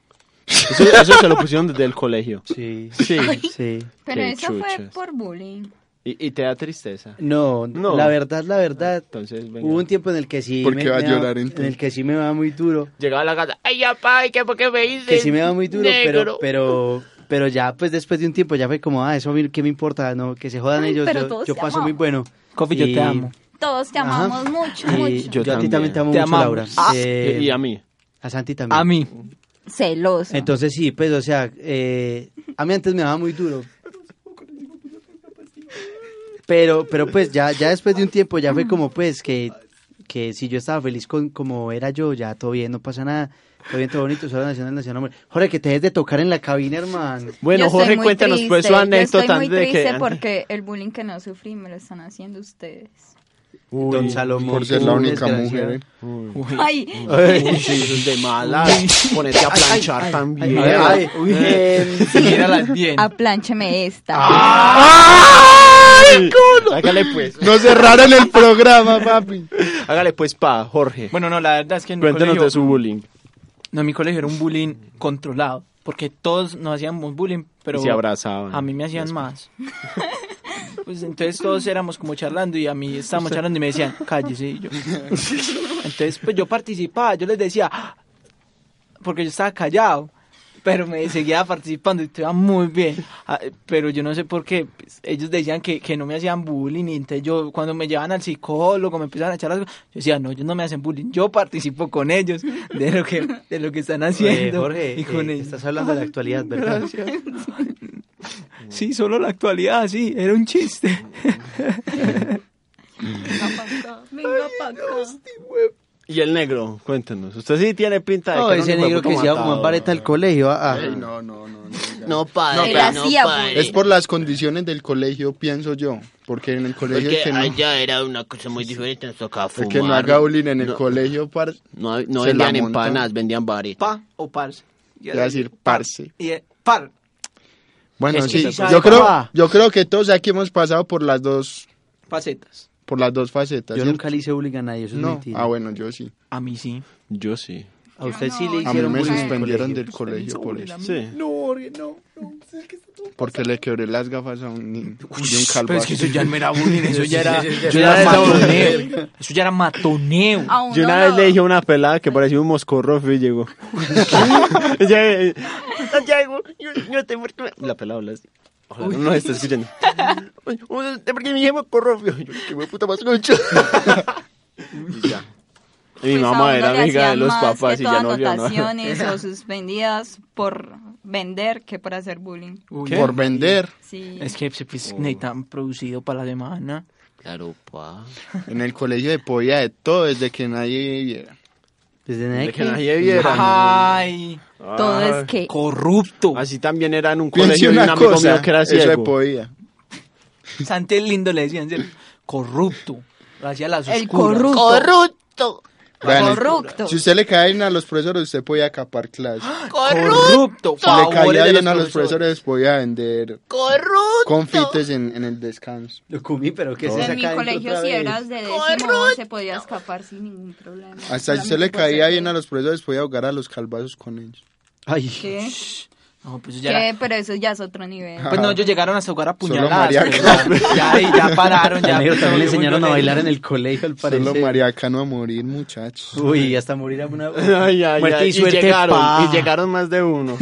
Eso se lo pusieron desde el colegio. Sí. Sí. Sí. Pero Qué eso fue chuchas. por bullying. ¿Y te da tristeza? No, No. la verdad. Entonces, venga. Hubo un tiempo en el que sí ¿Por qué va a da- llorar, en entonces? el que sí me va muy duro, Llegaba a la casa. Ay, ya, pa, ¿y por qué me dices? que sí me va muy duro, negro? pero ya pues después de un tiempo ya fue como, eso a mí qué me importa, no, que se jodan Ay, ellos, pero yo todos yo te paso amamos. muy bueno. Coffee, yo Y- te amo. Todos te amamos Ajá. mucho, Y mucho. yo a ti también. también te amo Te mucho, amamos. Laura. Y a mí. A Santi también. A mí. celoso. Entonces sí, pues, o sea, a mí antes me daba muy duro. Pero pues ya después de un tiempo ya fue como pues que si yo estaba feliz con como era yo, ya todo bien, no pasa nada. Todo bien, todo bonito, solo nación, hombre. Jorge, que te dejes de tocar en la cabina, hermano. Bueno, Yo estoy Jorge, muy cuéntanos triste, pues su anécdota Yo estoy muy antes de triste que... porque el bullying que no sufrí me lo están haciendo ustedes. Don Salomón. Por ser la única desgraciado. mujer. Ay, Sí, eso es de mala. Ponete a planchar también. Ay, Míralas bien. apláncheme esta. ¡Ay! Hágale pues. No cerraron el programa, papi. Hágale pues, Jorge. Bueno, no, la verdad es que en mi Cuéntanos colegio... de su bullying. No, en mi colegio era un bullying controlado, porque todos nos hacíamos bullying, pero Y se abrazaban. a mí me hacían más. Pues entonces todos éramos como charlando y a mí estábamos charlando y me decían, cállese, y yo. Entonces pues yo participaba, yo les decía, "Ah", porque yo estaba callado, pero me seguía participando y te iba muy bien. Pero yo no sé por qué, pues, ellos decían que no me hacían bullying y entonces yo cuando me llevaban al psicólogo, me empezaban a echar las cosas, yo decía, no, ellos no me hacen bullying, yo participo con ellos de lo que están haciendo. Jorge, y con ellos. estás hablando de la actualidad, ¿verdad? Gracias. Sí, solo la actualidad, sí, era un chiste. Venga pa' acá. Y el negro, cuéntanos. Usted sí tiene pinta de No, que era ese un negro que se iba matador. como en vareta al colegio. Ey, no. No, padre. Él hacía bullying. Es por las condiciones del colegio, pienso yo. Porque en el colegio el que no, allá era una cosa muy diferente, nos tocaba el fumar. que no haga bullying en el colegio, No se vendían la montan. empanadas, vendían varetas. Pa o parce. Iba a decir parce. Par. Bueno, Es que sí, sí sabe, yo creo que todos aquí hemos pasado por las dos Facetas. facetas. Yo ¿cierto? nunca le hice bullying a nadie, eso es No, mentira. bueno, yo sí. A mí sí. Yo sí. A usted sí le A mí hicieron me bullying en el suspendieron colegio. del colegio por eso. Sí. Porque le quebré las gafas a un niño de un Pero es que eso calvazo. ya no era bullying, eso ya era, Yo una vez matoneo. Eso ya era matoneo. A uno Yo una vez no. le dije a una pelada que parecía un moscorrofo y llegó. Santiago, yo te muerto. La pelada habla así. Ojalá no nos esté escuchando. ¿Por qué me dije moscorrofo? Yo, qué me puta más concho. Y ya. Y mi Pues a mamá uno era le amiga de hacían los más papás que y ya todas no vio nada. anotaciones o suspendidas por vender que por hacer bullying. Uy, Por vender. Sí. es que pues, necesitan producido para la semana. Claro, pa. En el colegio de podía de todo desde que nadie viera. Desde De que Nike. nadie viera. Ay, Todo es que corrupto. Así también era en un Piense colegio de un una amigo cosa, mío que era eso de ciego. podía. Santi el lindo le decían, ¿cierto? Corrupto. Lo hacía a las el oscuras. corrupto. Vean, Corrupto. si usted le cae bien a los profesores, usted podía acapar clases. Corrupto. Si le Favores caía de bien los a los profesores, podía vender confites en el descanso. Lo comí, pero ¿qué es En esa mi acá adentro colegio otra si vez? eras de décimo se podía escapar sin ningún problema. Hasta si usted le Solamente por caía ser bien gay. a los profesores, podía ahogar a los calvazos con ellos. Ay, ¿Qué? No, pues ya era- ¿Qué? Pero eso ya es otro nivel. Pues no, ellos llegaron a jugar a Solo puñaladas. mariaca. pero ya pararon. Ya, al negro también le enseñaron a muy bailar en el colegio, al parecer. Solo mariacano a morir, muchachos. Uy, hasta morir a una... Ay, ay, Muerte ay. y suerte, llegaron, pa. y llegaron más de uno.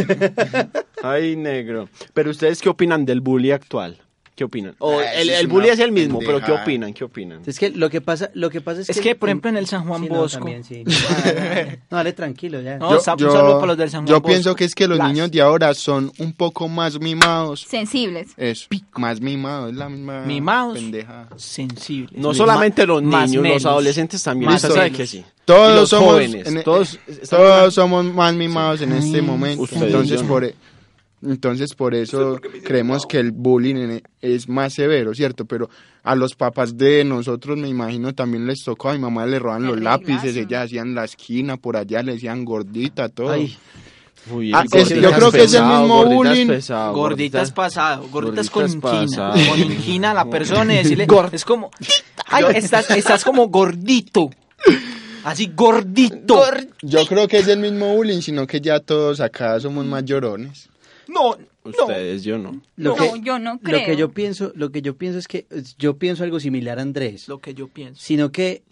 Ay, negro. Pero ustedes, ¿qué opinan del bully actual? ¿Qué opinan? O Ah, el eso es bully una es el mismo, pero ¿qué pendejada. opinan? ¿Qué opinan? Es que lo que pasa es que... Es que, por ejemplo, en el San Juan Sí, no, Bosco. también, sí. No, dale tranquilo ya. No, un saludo para los del San Juan yo Bosco. pienso que es que los Las- niños de ahora son un poco más mimados. Sensibles. Eso, más mimados, es la misma Mimados. pendeja. Sensibles. No solamente los Más niños, menos. los adolescentes también. Más Usted sabe menos. que sí. Y Todos los somos jóvenes, todos somos más mimados en este momento. Ustedes, Entonces yo no. entonces por eso creemos que el bullying es más severo, ¿cierto? Pero a los papás de nosotros, me imagino, también les tocó. A mi mamá le roban los lápices, ellas hacían la esquina, por allá le decían gordita, todo. Ay, Uy, Ah, gorditas yo creo que es el pesado, mismo gorditas bullying. pesado, Gorditas pasado, gorditas con gorditas inquina. pasado. Con inquina a la persona y decirle, es como, ay, estás como gordito. Así, gordito. Yo creo que es el mismo bullying, sino que ya todos acá somos más llorones. No, Ustedes, yo no. lo No, que, yo no creo. lo que yo pienso es que yo pienso algo similar a Andrés, lo que yo pienso. sino que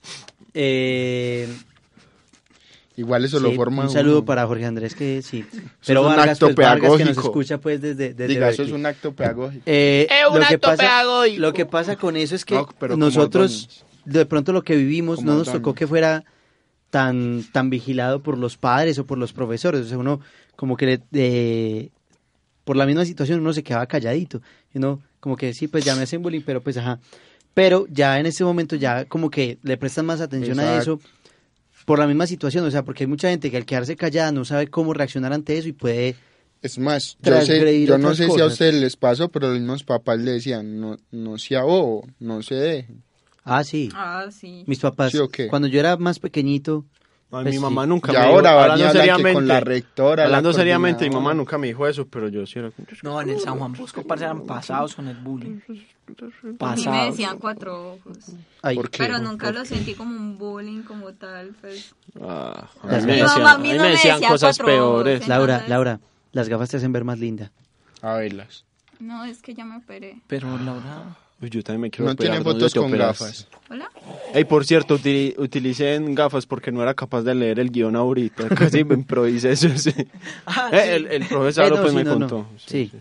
Igual eso lo sí, forma un saludo uno. para Jorge Andrés que sí. es Pero un Vargas, acto pues, Vargas que nos pedagógico. escucha pues desde Diga, eso es Berkeley. un acto pedagógico. un acto pedagógico. Lo que pasa con eso es que No, pero como nosotros dones. de pronto lo que vivimos Como no nos dones. tocó que fuera tan vigilado por los padres o por los profesores. O sea, uno como que por la misma situación uno se quedaba calladito. Y uno como que sí, pues ya me hacen bullying, pero pues ajá. Pero ya en ese momento ya como que le prestan más atención a eso por la misma situación. O sea, porque hay mucha gente que al quedarse callada no sabe cómo reaccionar ante eso y puede... Es más, transgredir yo no otras sé si a cosas. ustedes les pasó, pero los mismos papás le decían, no sea bobo, no se dejen. Ah, sí. Ah, sí. Mis papás, ¿Sí o qué? cuando yo era más pequeñito... Ay, pues mi sí. mamá nunca Y me ahora dijo, van y hablan que con la rectora, hablando la seriamente, mi coordinadora. mamá nunca me dijo eso, pero yo sí era... No, en el San Juan Bosco, parce, eran pasados con el bullying. A mí me Pasados. decían 4 ojos. Ay, ¿Por qué? Pero nunca lo sentí como un bullying como tal, pues. Ah, a Las mí me gafas. decían, No, a a mí mí no me me decían decía cosas 4 ojos, peores. Entonces- Laura, las gafas te hacen ver más linda. A verlas. No, es que ya me operé. Pero Laura... Uy, yo también me quiero No operar. tienen ¿Dónde fotos te con operas? gafas. ¿Hola? Ey, por cierto, utilicen gafas porque no era capaz de leer el guión ahorita. Casi me improvisé eso. Sí. Ah, El profesor no, López sí, me no, no. contó. Sí.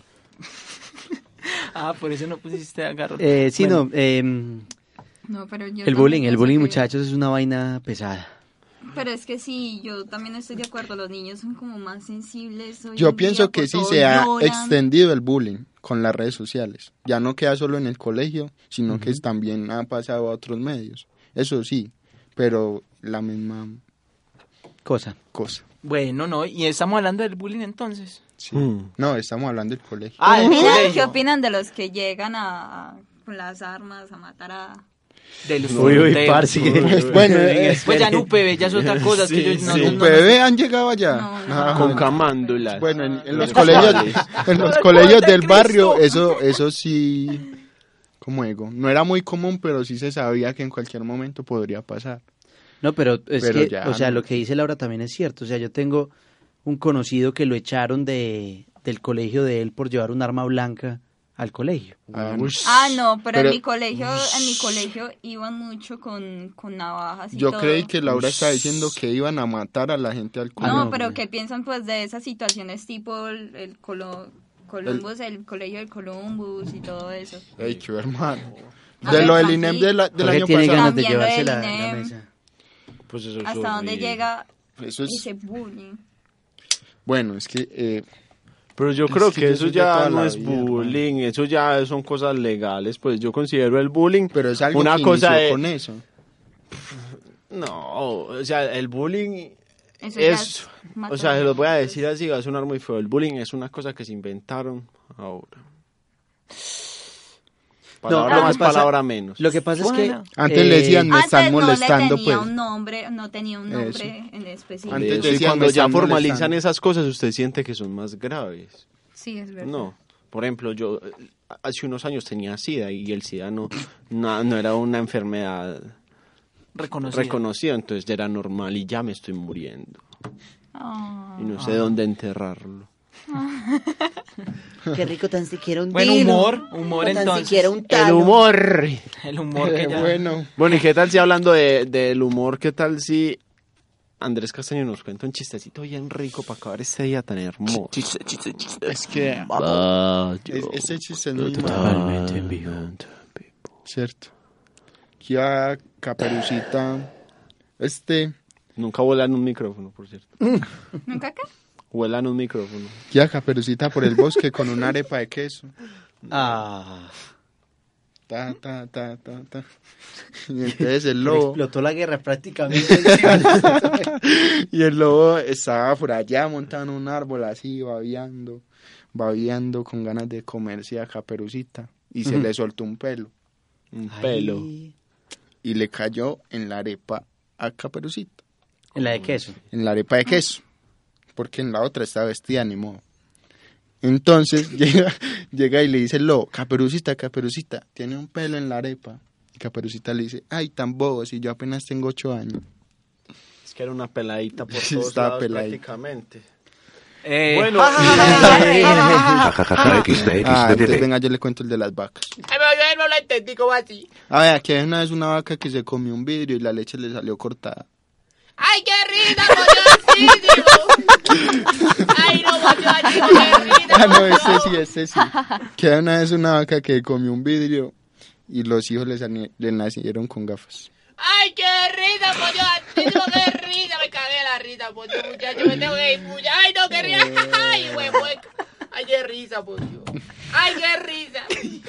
por eso no pusiste agarro. Sí, Bueno, no, No, pero yo el también bullying, pienso que- muchachos, es una vaina pesada. Pero es que sí, yo también estoy de acuerdo. Los niños son como más sensibles. hoy Yo en pienso día, que por sí todo se ha lloran. extendido el bullying con las redes sociales. Ya no queda solo en el colegio, sino que también ha pasado a otros medios. Eso sí, pero la misma Cosa. cosa. Bueno, no, y estamos hablando del bullying entonces. Sí. No, estamos hablando del colegio. Ah, el ¿Qué colegio. opinan de los que llegan con las armas a matar a... De los Uy, fronteros. parce. Bueno, Pues ya en UPB ya es otra cosa. Sí, que yo sí. no- ¿Bebé han llegado allá? No, no. Ah, Con camándulas. Bueno, en los colegios, en los colegios del barrio, eso sí, como digo, no era muy común, pero sí se sabía que en cualquier momento podría pasar. No, pero es Pero que, ya o sea, no. lo que dice Laura también es cierto. O sea, yo tengo un conocido que lo echaron del colegio de él por llevar un arma blanca al colegio. Ah, no, pero Pero- en mi colegio iban mucho con navajas y Yo todo. creí que Laura estaba diciendo que iban a matar a la gente al colegio. No, pero ¿qué piensan pues de esas situaciones tipo el Columbus, el colegio del Columbus y todo eso? Ey, qué hermano. A De ver, lo del Santi. INEM del Jorge año tiene pasado. ganas de También lo llevarse del la INEM. mesa. Pues eso es ¿Hasta dónde horrible. llega Eso es, ese bullying? bueno, es que Pero yo Es creo que que yo eso soy de ya toda no la es vida, bullying, eso ya son cosas legales. Pues yo considero el bullying pero es algo una que cosa inició de... con eso. No, o sea, el bullying Eso ya es... matar O sea, se los voy a niños. decir así, va a sonar muy feo. El bullying es una cosa que se inventaron ahora. Palabra lo que más, pasa- palabra menos. Lo que pasa es que... Bueno. Antes le decían, me Antes están no molestando, le tenía pues. un nombre, no tenía un nombre Eso. en específico. Antes Eso, y decían, cuando me ya están formalizan molestando. esas cosas, usted siente que son más graves. Sí, es verdad. No, por ejemplo, yo hace unos años tenía SIDA y el SIDA no era una enfermedad Reconocido. reconocida, entonces ya era normal y ya me estoy muriendo Ah. y no sé dónde enterrarlo. Qué rico tan siquiera un Bueno, dilo. humor Tan entonces. siquiera un El talo. humor. El humor que ya... Bueno, Bueno, ¿y qué tal si hablando del humor, qué tal si Andrés Castaño nos cuenta un chistecito bien rico para acabar este día tan hermoso? es que ese chiste es muy malo, Totalmente en vivo. ¿cierto? Que a Caperucita, Nunca vuelan un micrófono, por cierto. ¿Nunca qué? Vuelan un micrófono. que a Caperucita por el bosque con una arepa de queso. Ah, Ta, ta, ta, ta, ta. Y entonces el le lobo, explotó la guerra prácticamente. y el lobo estaba por allá montado en un árbol así, babeando con ganas de comerse a Caperucita. Y se le soltó un pelo. Un pelo. Ay, Y le cayó en la arepa a Caperucita. en la de queso. En la arepa de queso. Porque en la otra está vestida, ni modo. Entonces llega y le dice el lobo, Caperucita, tiene un pelo en la arepa. Y Caperucita le dice, ay, tan bobo, si yo apenas tengo 8 años. Es que era una peladita por Sí, todos estaba lados peladita. prácticamente. Bueno, Jajaja, entonces XD. venga, yo le cuento el de las vacas. Ay, pero yo no lo entendí como así. A ver, aquí hay una vez una vaca que se comió un vidrio y la leche le salió cortada. Ay, qué risa, coño, así, digo. Ay, no, coño, así, qué risa. Ah, no, este sí. Que hay una vez una vaca que comió un vidrio y los hijos le nacieron con gafas. Ay, ¡Ay, qué risa, por Dios! Tengo qué risa, me cagué de la risa, por Dios, muchacho, me tengo que ir, muchacho. ¡Ay, no, qué risa! ¡Ay, huevo! ¡Ay, qué risa, por Dios! ¡Ay, qué risa!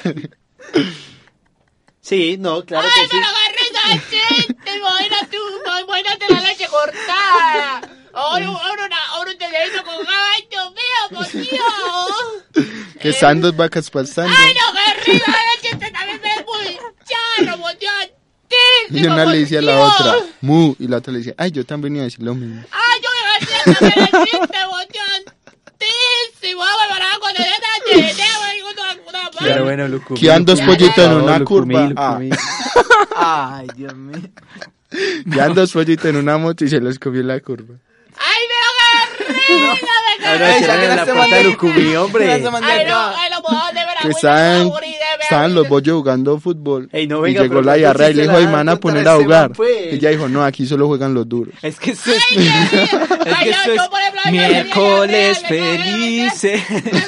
Sí, no, claro ¡Ay, que sí. pero qué risa el chiste! Imagínate la leche cortada. Ahora un televisión con ¡ay, Dios mío, por Dios! Que están dos vacas pastando. ¡Ay, no, qué risa! El chiste también me es muy charro, por Dios. Y una le dice a la otra, mu, y la otra le dice, ay, yo también iba a decir lo mismo. ¡Ay, yo iba a decir también el chiste, por Dios! Vamos, para cuando ya Pero bueno, Lucumí. Quedan dos pollitos en una curva. Lucumí. Ay, Dios mío. Quedan dos pollitos en una moto y se los comió en la curva. ¡Ay, pero qué risa! Ahora cierren la puerta de Lucumí, hombre. ¡Ay, no puedo de ver Que estaban los bollos jugando fútbol. Ey, no, Y venga, llegó pero la diarrea y le dijo, ¿cuánto y me van a chiste poner le a da jugar. este man, pues? Y ella dijo, no, aquí solo juegan los duros. Es que esto es... miércoles felices.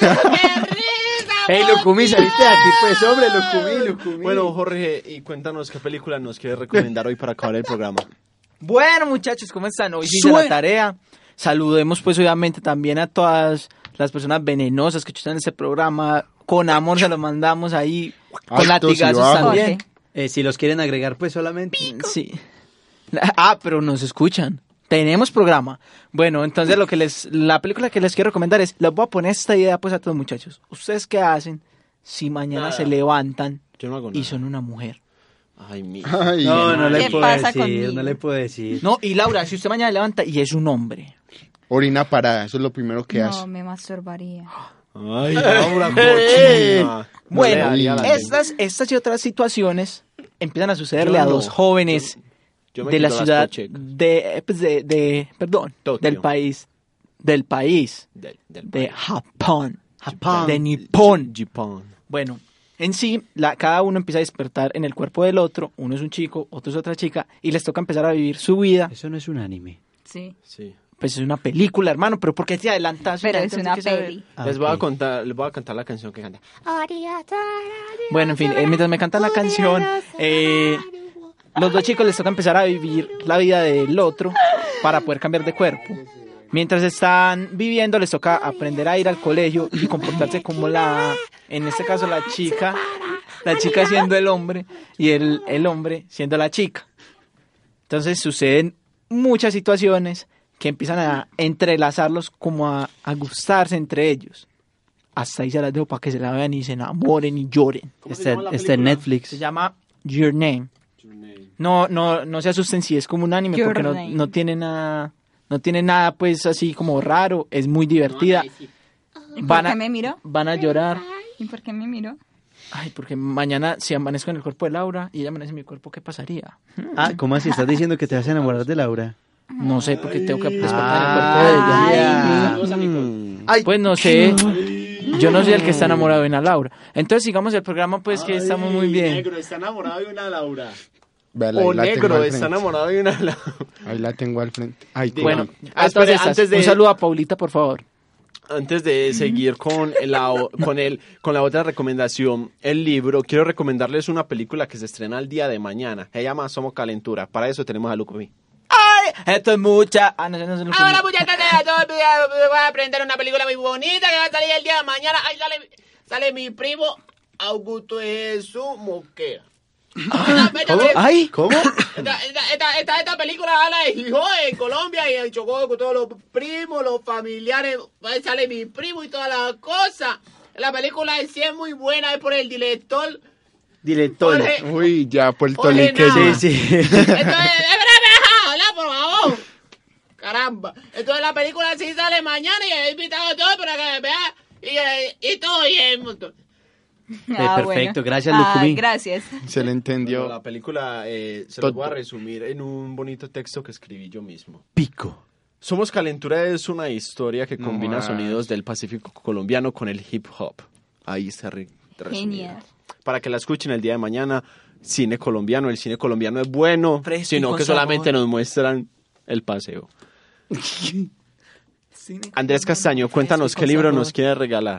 Ey, Lucumí, saliste de aquí, pues, hombre, Lucumí. Bueno, Jorge, y cuéntanos qué película nos quieres recomendar hoy para acabar el programa. Bueno, muchachos, ¿cómo están? Hoy hice la tarea. Saludemos, pues, obviamente, también a todas las personas venenosas que escuchan este programa. Con amor se lo mandamos ahí, con Altos y latigazos bajos. también. Si los quieren agregar, pues, solamente. Sí. Ah, pero nos escuchan. Tenemos programa. Bueno, entonces la película que les quiero recomendar es, les voy a poner esta idea pues a todos muchachos. ¿Ustedes qué hacen si mañana se levantan Yo no hago y nada. son una mujer? Ay, mi. Ay, No le ¿Qué puedo pasa decir, conmigo? no le puedo decir. No, y Laura, si usted mañana se levanta y es un hombre. orina parada, eso es lo primero que hace. No, me masturbaría. Ay, Laura, cochina. Bueno, No le daría la estas y otras situaciones empiezan a sucederle Yo a no. dos jóvenes Yo me de la quito las ciudad pochecas. perdón, Tokio. del país Del de país. Japón, Japón. de Nippon. Japón. Bueno, en sí, cada uno empieza a despertar en el cuerpo del otro. Uno es un chico, otro es otra chica, y les toca empezar a vivir su vida. Eso no es un anime. Sí. Sí. Pues es una película, hermano, pero ¿por qué te adelantas? Pero Ya es tienes una que saber. peli. Les voy a cantar la canción que canta. Bueno, en fin, mientras me cantan la canción, los dos chicos les toca empezar a vivir la vida del otro para poder cambiar de cuerpo. Mientras están viviendo, les toca aprender a ir al colegio y comportarse como en este caso la chica siendo el hombre y el hombre siendo la chica. Entonces suceden muchas situaciones que empiezan a entrelazarlos como a gustarse entre ellos. Hasta ahí se las dejo para que se la vean y se enamoren y lloren. Está en Netflix. Se llama Your Name. No se asusten si es como un anime Your porque Name. no tiene nada pues así como raro, es muy divertida. ¿Y por qué me miró? Van a llorar. ¿Y por qué me miró? Ay, porque mañana si amanezco en el cuerpo de Laura y ella amanece en mi cuerpo, ¿qué pasaría? Ah, ¿cómo así? ¿Estás diciendo que te vas a enamorar de Laura? No sé, porque tengo que despertar en el cuerpo de ella. Ay, Pues no sé. Yo no soy el que está enamorado de una Laura. Entonces sigamos el programa pues que estamos muy bien. Negro está enamorado de una Laura. Véala, O ahí la tengo negro al está frente. enamorado de una Laura. Ahí la tengo al frente. Ay, Bueno, Ah, espere, entonces, un saludo a Paulita, por favor. Antes de seguir con la otra recomendación, el libro, quiero recomendarles una película que se estrena el día de mañana. Se llama Somos Calentura. Para eso tenemos a Lucumí. Esto es mucha... no sé lo que- Ahora, muchachos, voy a aprender una película muy bonita que va a salir el día de mañana. Ahí sale mi primo Augusto Jesús Mosquera. Ay, ¿cómo? Esta película habla de Gijón en Colombia y chocó con todos los primos, los familiares. Ahí sale mi primo y todas las cosas. La película en sí es muy buena, es por el director. Director. Jorge- Uy, ya Puerto Oye, Riqueño. Sí, sí. Entonces, espérame, habla, por favor. Caramba. Entonces la película sí sale mañana y he invitado a todos para que vean y todo bien. Perfecto, gracias, Ah, Lucumí. gracias. Se le entendió. La película se los voy a resumir en un bonito texto que escribí yo mismo. Pico. Somos Calentura es una historia que No combina más. sonidos del Pacífico colombiano con el hip hop. Ahí está resumido. Genial. Para que la escuchen el día de mañana, cine colombiano. El cine colombiano es bueno, Fresco y sino con que solamente sabor. nos muestran el paseo. Andrés Castaño, cuéntanos Fresco y qué con libro sabor. nos quiere regalar.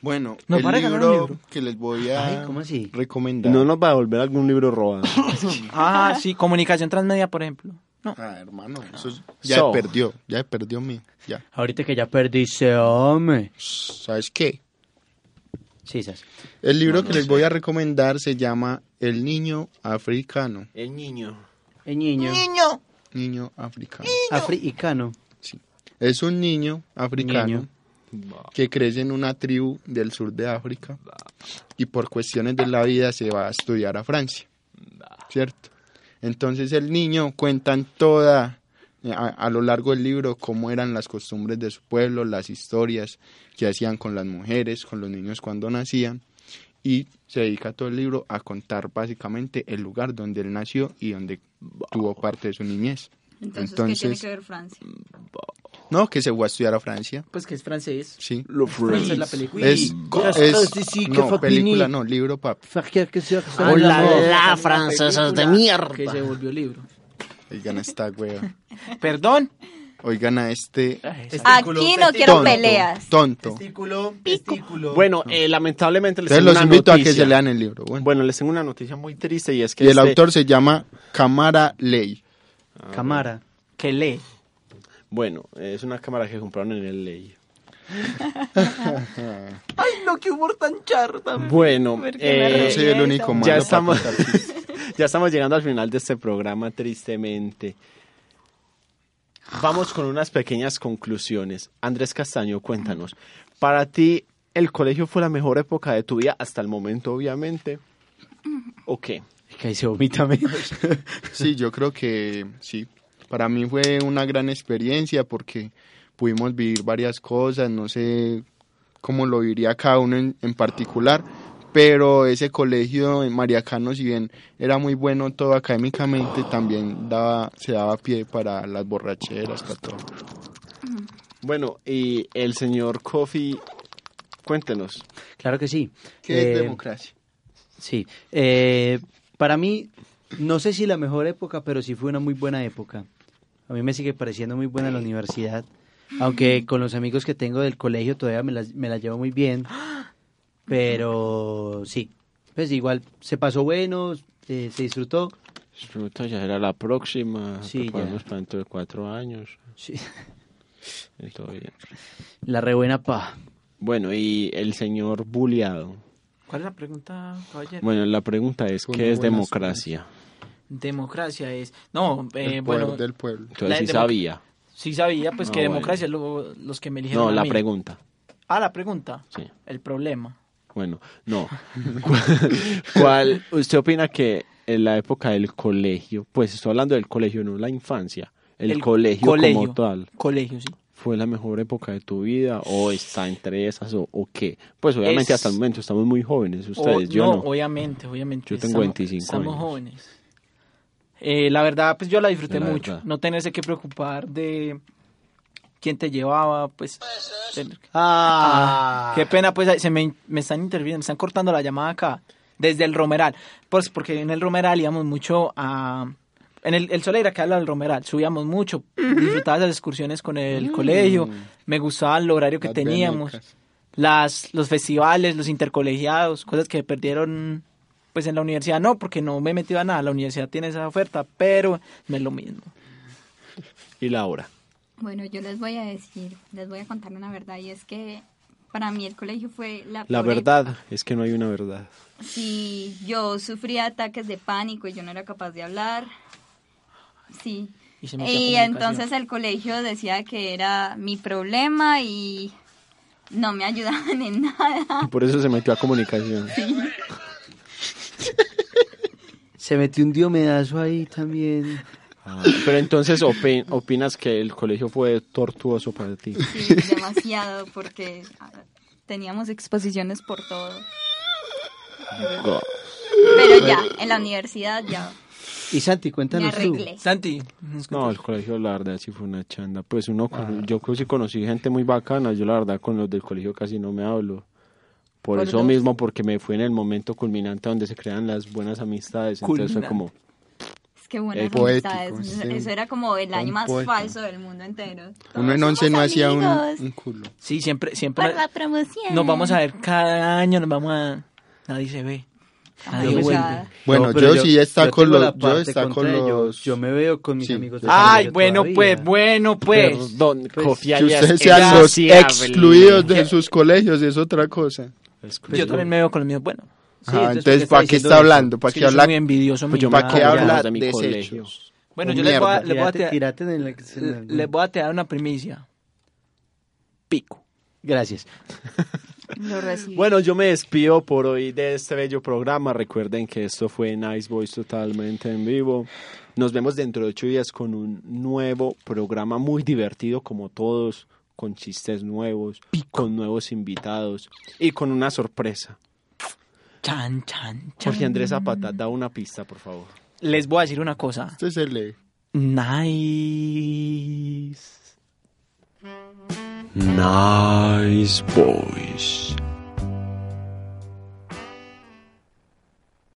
Bueno, No, el para ganar un libro libro. que les voy a Ay, ¿cómo así? recomendar. No nos va a devolver algún libro robado. Ah, sí, comunicación transmedia, por ejemplo. No. Ah, hermano, eso So. ya perdió mi. Ya. Ahorita que ya perdiste, hombre. ¿Sabes qué? Sí, ¿sabes? El libro que les voy a recomendar se llama El niño africano. El niño. El niño. Niño africano. Africano. Es un niño africano que crece en una tribu del sur de África y por cuestiones de la vida se va a estudiar a Francia, ¿cierto? Entonces el niño cuentan a lo largo del libro cómo eran las costumbres de su pueblo, las historias que hacían con las mujeres, con los niños cuando nacían, y se dedica todo el libro a contar básicamente el lugar donde él nació y donde tuvo parte de su niñez. Entonces, ¿qué tiene que ver Francia? No, que se fue a estudiar a Francia. Pues que es francés. Sí. Francés es la película. Película, no, libro, papi. La francesas de mierda. Que se volvió libro. Oigan a esta wea. Perdón. Oigan a este... Aquí no quiero peleas. Tonto. Testículo. Bueno, lamentablemente les Entonces tengo los una invito noticia. a que se lean el libro. Bueno. Les tengo una noticia muy triste y es que Y el autor se llama Camara Ley. Cámara. Que lee. Bueno, es una cámara que compraron en el ley. Ay, no, qué humor tan charro también. Bueno, No soy el único malo ya para estamos, contar chistes. ya estamos llegando al final de este programa, tristemente. Vamos con unas pequeñas conclusiones. Andrés Castaño, cuéntanos. Para ti, ¿el colegio fue la mejor época de tu vida hasta el momento, obviamente? ¿O qué? Que ahí se vomita menos. Sí, yo creo que sí. Para mí fue una gran experiencia porque pudimos vivir varias cosas, no sé cómo lo viviría cada uno en particular, pero ese colegio en Mariacano, si bien era muy bueno todo académicamente, también se daba pie para las borracheras, para todo. Bueno, y el señor Kofi, cuéntenos. Claro que sí. ¿Qué es democracia? Sí. Para mí, no sé si la mejor época, pero sí fue una muy buena época. A mí me sigue pareciendo muy buena la universidad, aunque con los amigos que tengo del colegio todavía me la llevo muy bien, pero sí, pues igual se pasó bueno, se disfrutó. Disfruta, ya era la próxima, Sí, prepararnos ya. para dentro de 4 años. Sí. Y todo bien. La re buena pa. Bueno, y el señor buleado. ¿Cuál es la pregunta, caballero? Bueno, la pregunta es, Con ¿qué es buenas democracia? Democracia es... No, El bueno... poder del pueblo. Entonces sí democ- sabía. Sí sabía, pues que bueno. democracia es los que me eligieron No, a la mí. pregunta. Ah, la pregunta. Sí. El problema. Bueno, no. ¿Cuál, usted opina que en la época del colegio, pues estoy hablando del colegio, no la infancia, el colegio como tal, Colegio, sí. fue la mejor época de tu vida o está entre esas o qué? Pues obviamente Es- hasta el momento estamos muy jóvenes, ustedes, yo no. Obviamente. Yo tengo 25 estamos años. jóvenes. La verdad, pues yo la disfruté La mucho. verdad. No tenerse que preocupar de quién te llevaba, pues... tener que- Qué pena, pues me están interviniendo, me están cortando la llamada acá, desde el Romeral. Pues porque en el Romeral íbamos mucho a... En el Soleira, que habla del Romeral, subíamos mucho, disfrutaba las excursiones con el colegio, me gustaba el horario que Las teníamos, venecas. los festivales, los intercolegiados, cosas que perdieron pues en la universidad. No, porque no me he metido a nada, la universidad tiene esa oferta, pero no es lo mismo. Y Laura. Bueno, yo les voy a contar una verdad, y es que para mí el colegio fue la La peor verdad es que no hay una verdad. Sí, yo sufría ataques de pánico y yo no era capaz de hablar. Sí. Y se metió a Y comunicación. entonces el colegio decía que era mi problema y no me ayudaban en nada. Por eso se metió a comunicación. Se metió un diomedazo ahí también. Pero entonces opinas que el colegio fue tortuoso para ti. Sí, demasiado, porque teníamos exposiciones por todo. Pero ya, en la universidad ya. Y Santi, cuéntanos Me tú. arreglé. Santi. No, el colegio la verdad sí fue una chanda. Pues yo sí conocí gente muy bacana. Yo la verdad con los del colegio casi no me hablo. Por eso dos. mismo, porque me fui en el momento culminante donde se crean las buenas amistades. Entonces fue como... Es Qué buenas Poético, amistades. sí. Eso era como el año más poeta. falso del mundo entero. Uno en 11 no hacía un culo. Sí, siempre Por la promoción. nos vamos a ver cada año, nadie se ve. Nadie Ay, vuelve. ya. Bueno, No, pero yo sí está con tengo la los... Yo parte está con contraria, los... yo me veo con mis Sí. amigos de Ay, colegio bueno todavía. pues. Perdón, Kofi Que Arias ustedes es sean los sociable. excluidos de sus colegios es otra cosa. Yo también me veo con los míos. Bueno, Entonces, ¿para qué está hablando? ¿Para es que qué yo soy habla? muy envidioso. Pues yo mi me ¿Para qué madre. habla de mi desechos? colegio. Bueno, yo les voy a Tírate en les voy a tirar una primicia. Pico. Gracias. Lo recibí. Bueno, yo me despido por hoy de este bello programa. Recuerden que esto fue Nice Boys totalmente en vivo. Nos vemos dentro de 8 días con un nuevo programa muy divertido como todos, con chistes nuevos, con nuevos invitados y con una sorpresa. Chan, chan, chan. Jorge Andrés Zapata, da una pista, por favor. Les voy a decir una cosa. Este es el... Nice. Nice boys.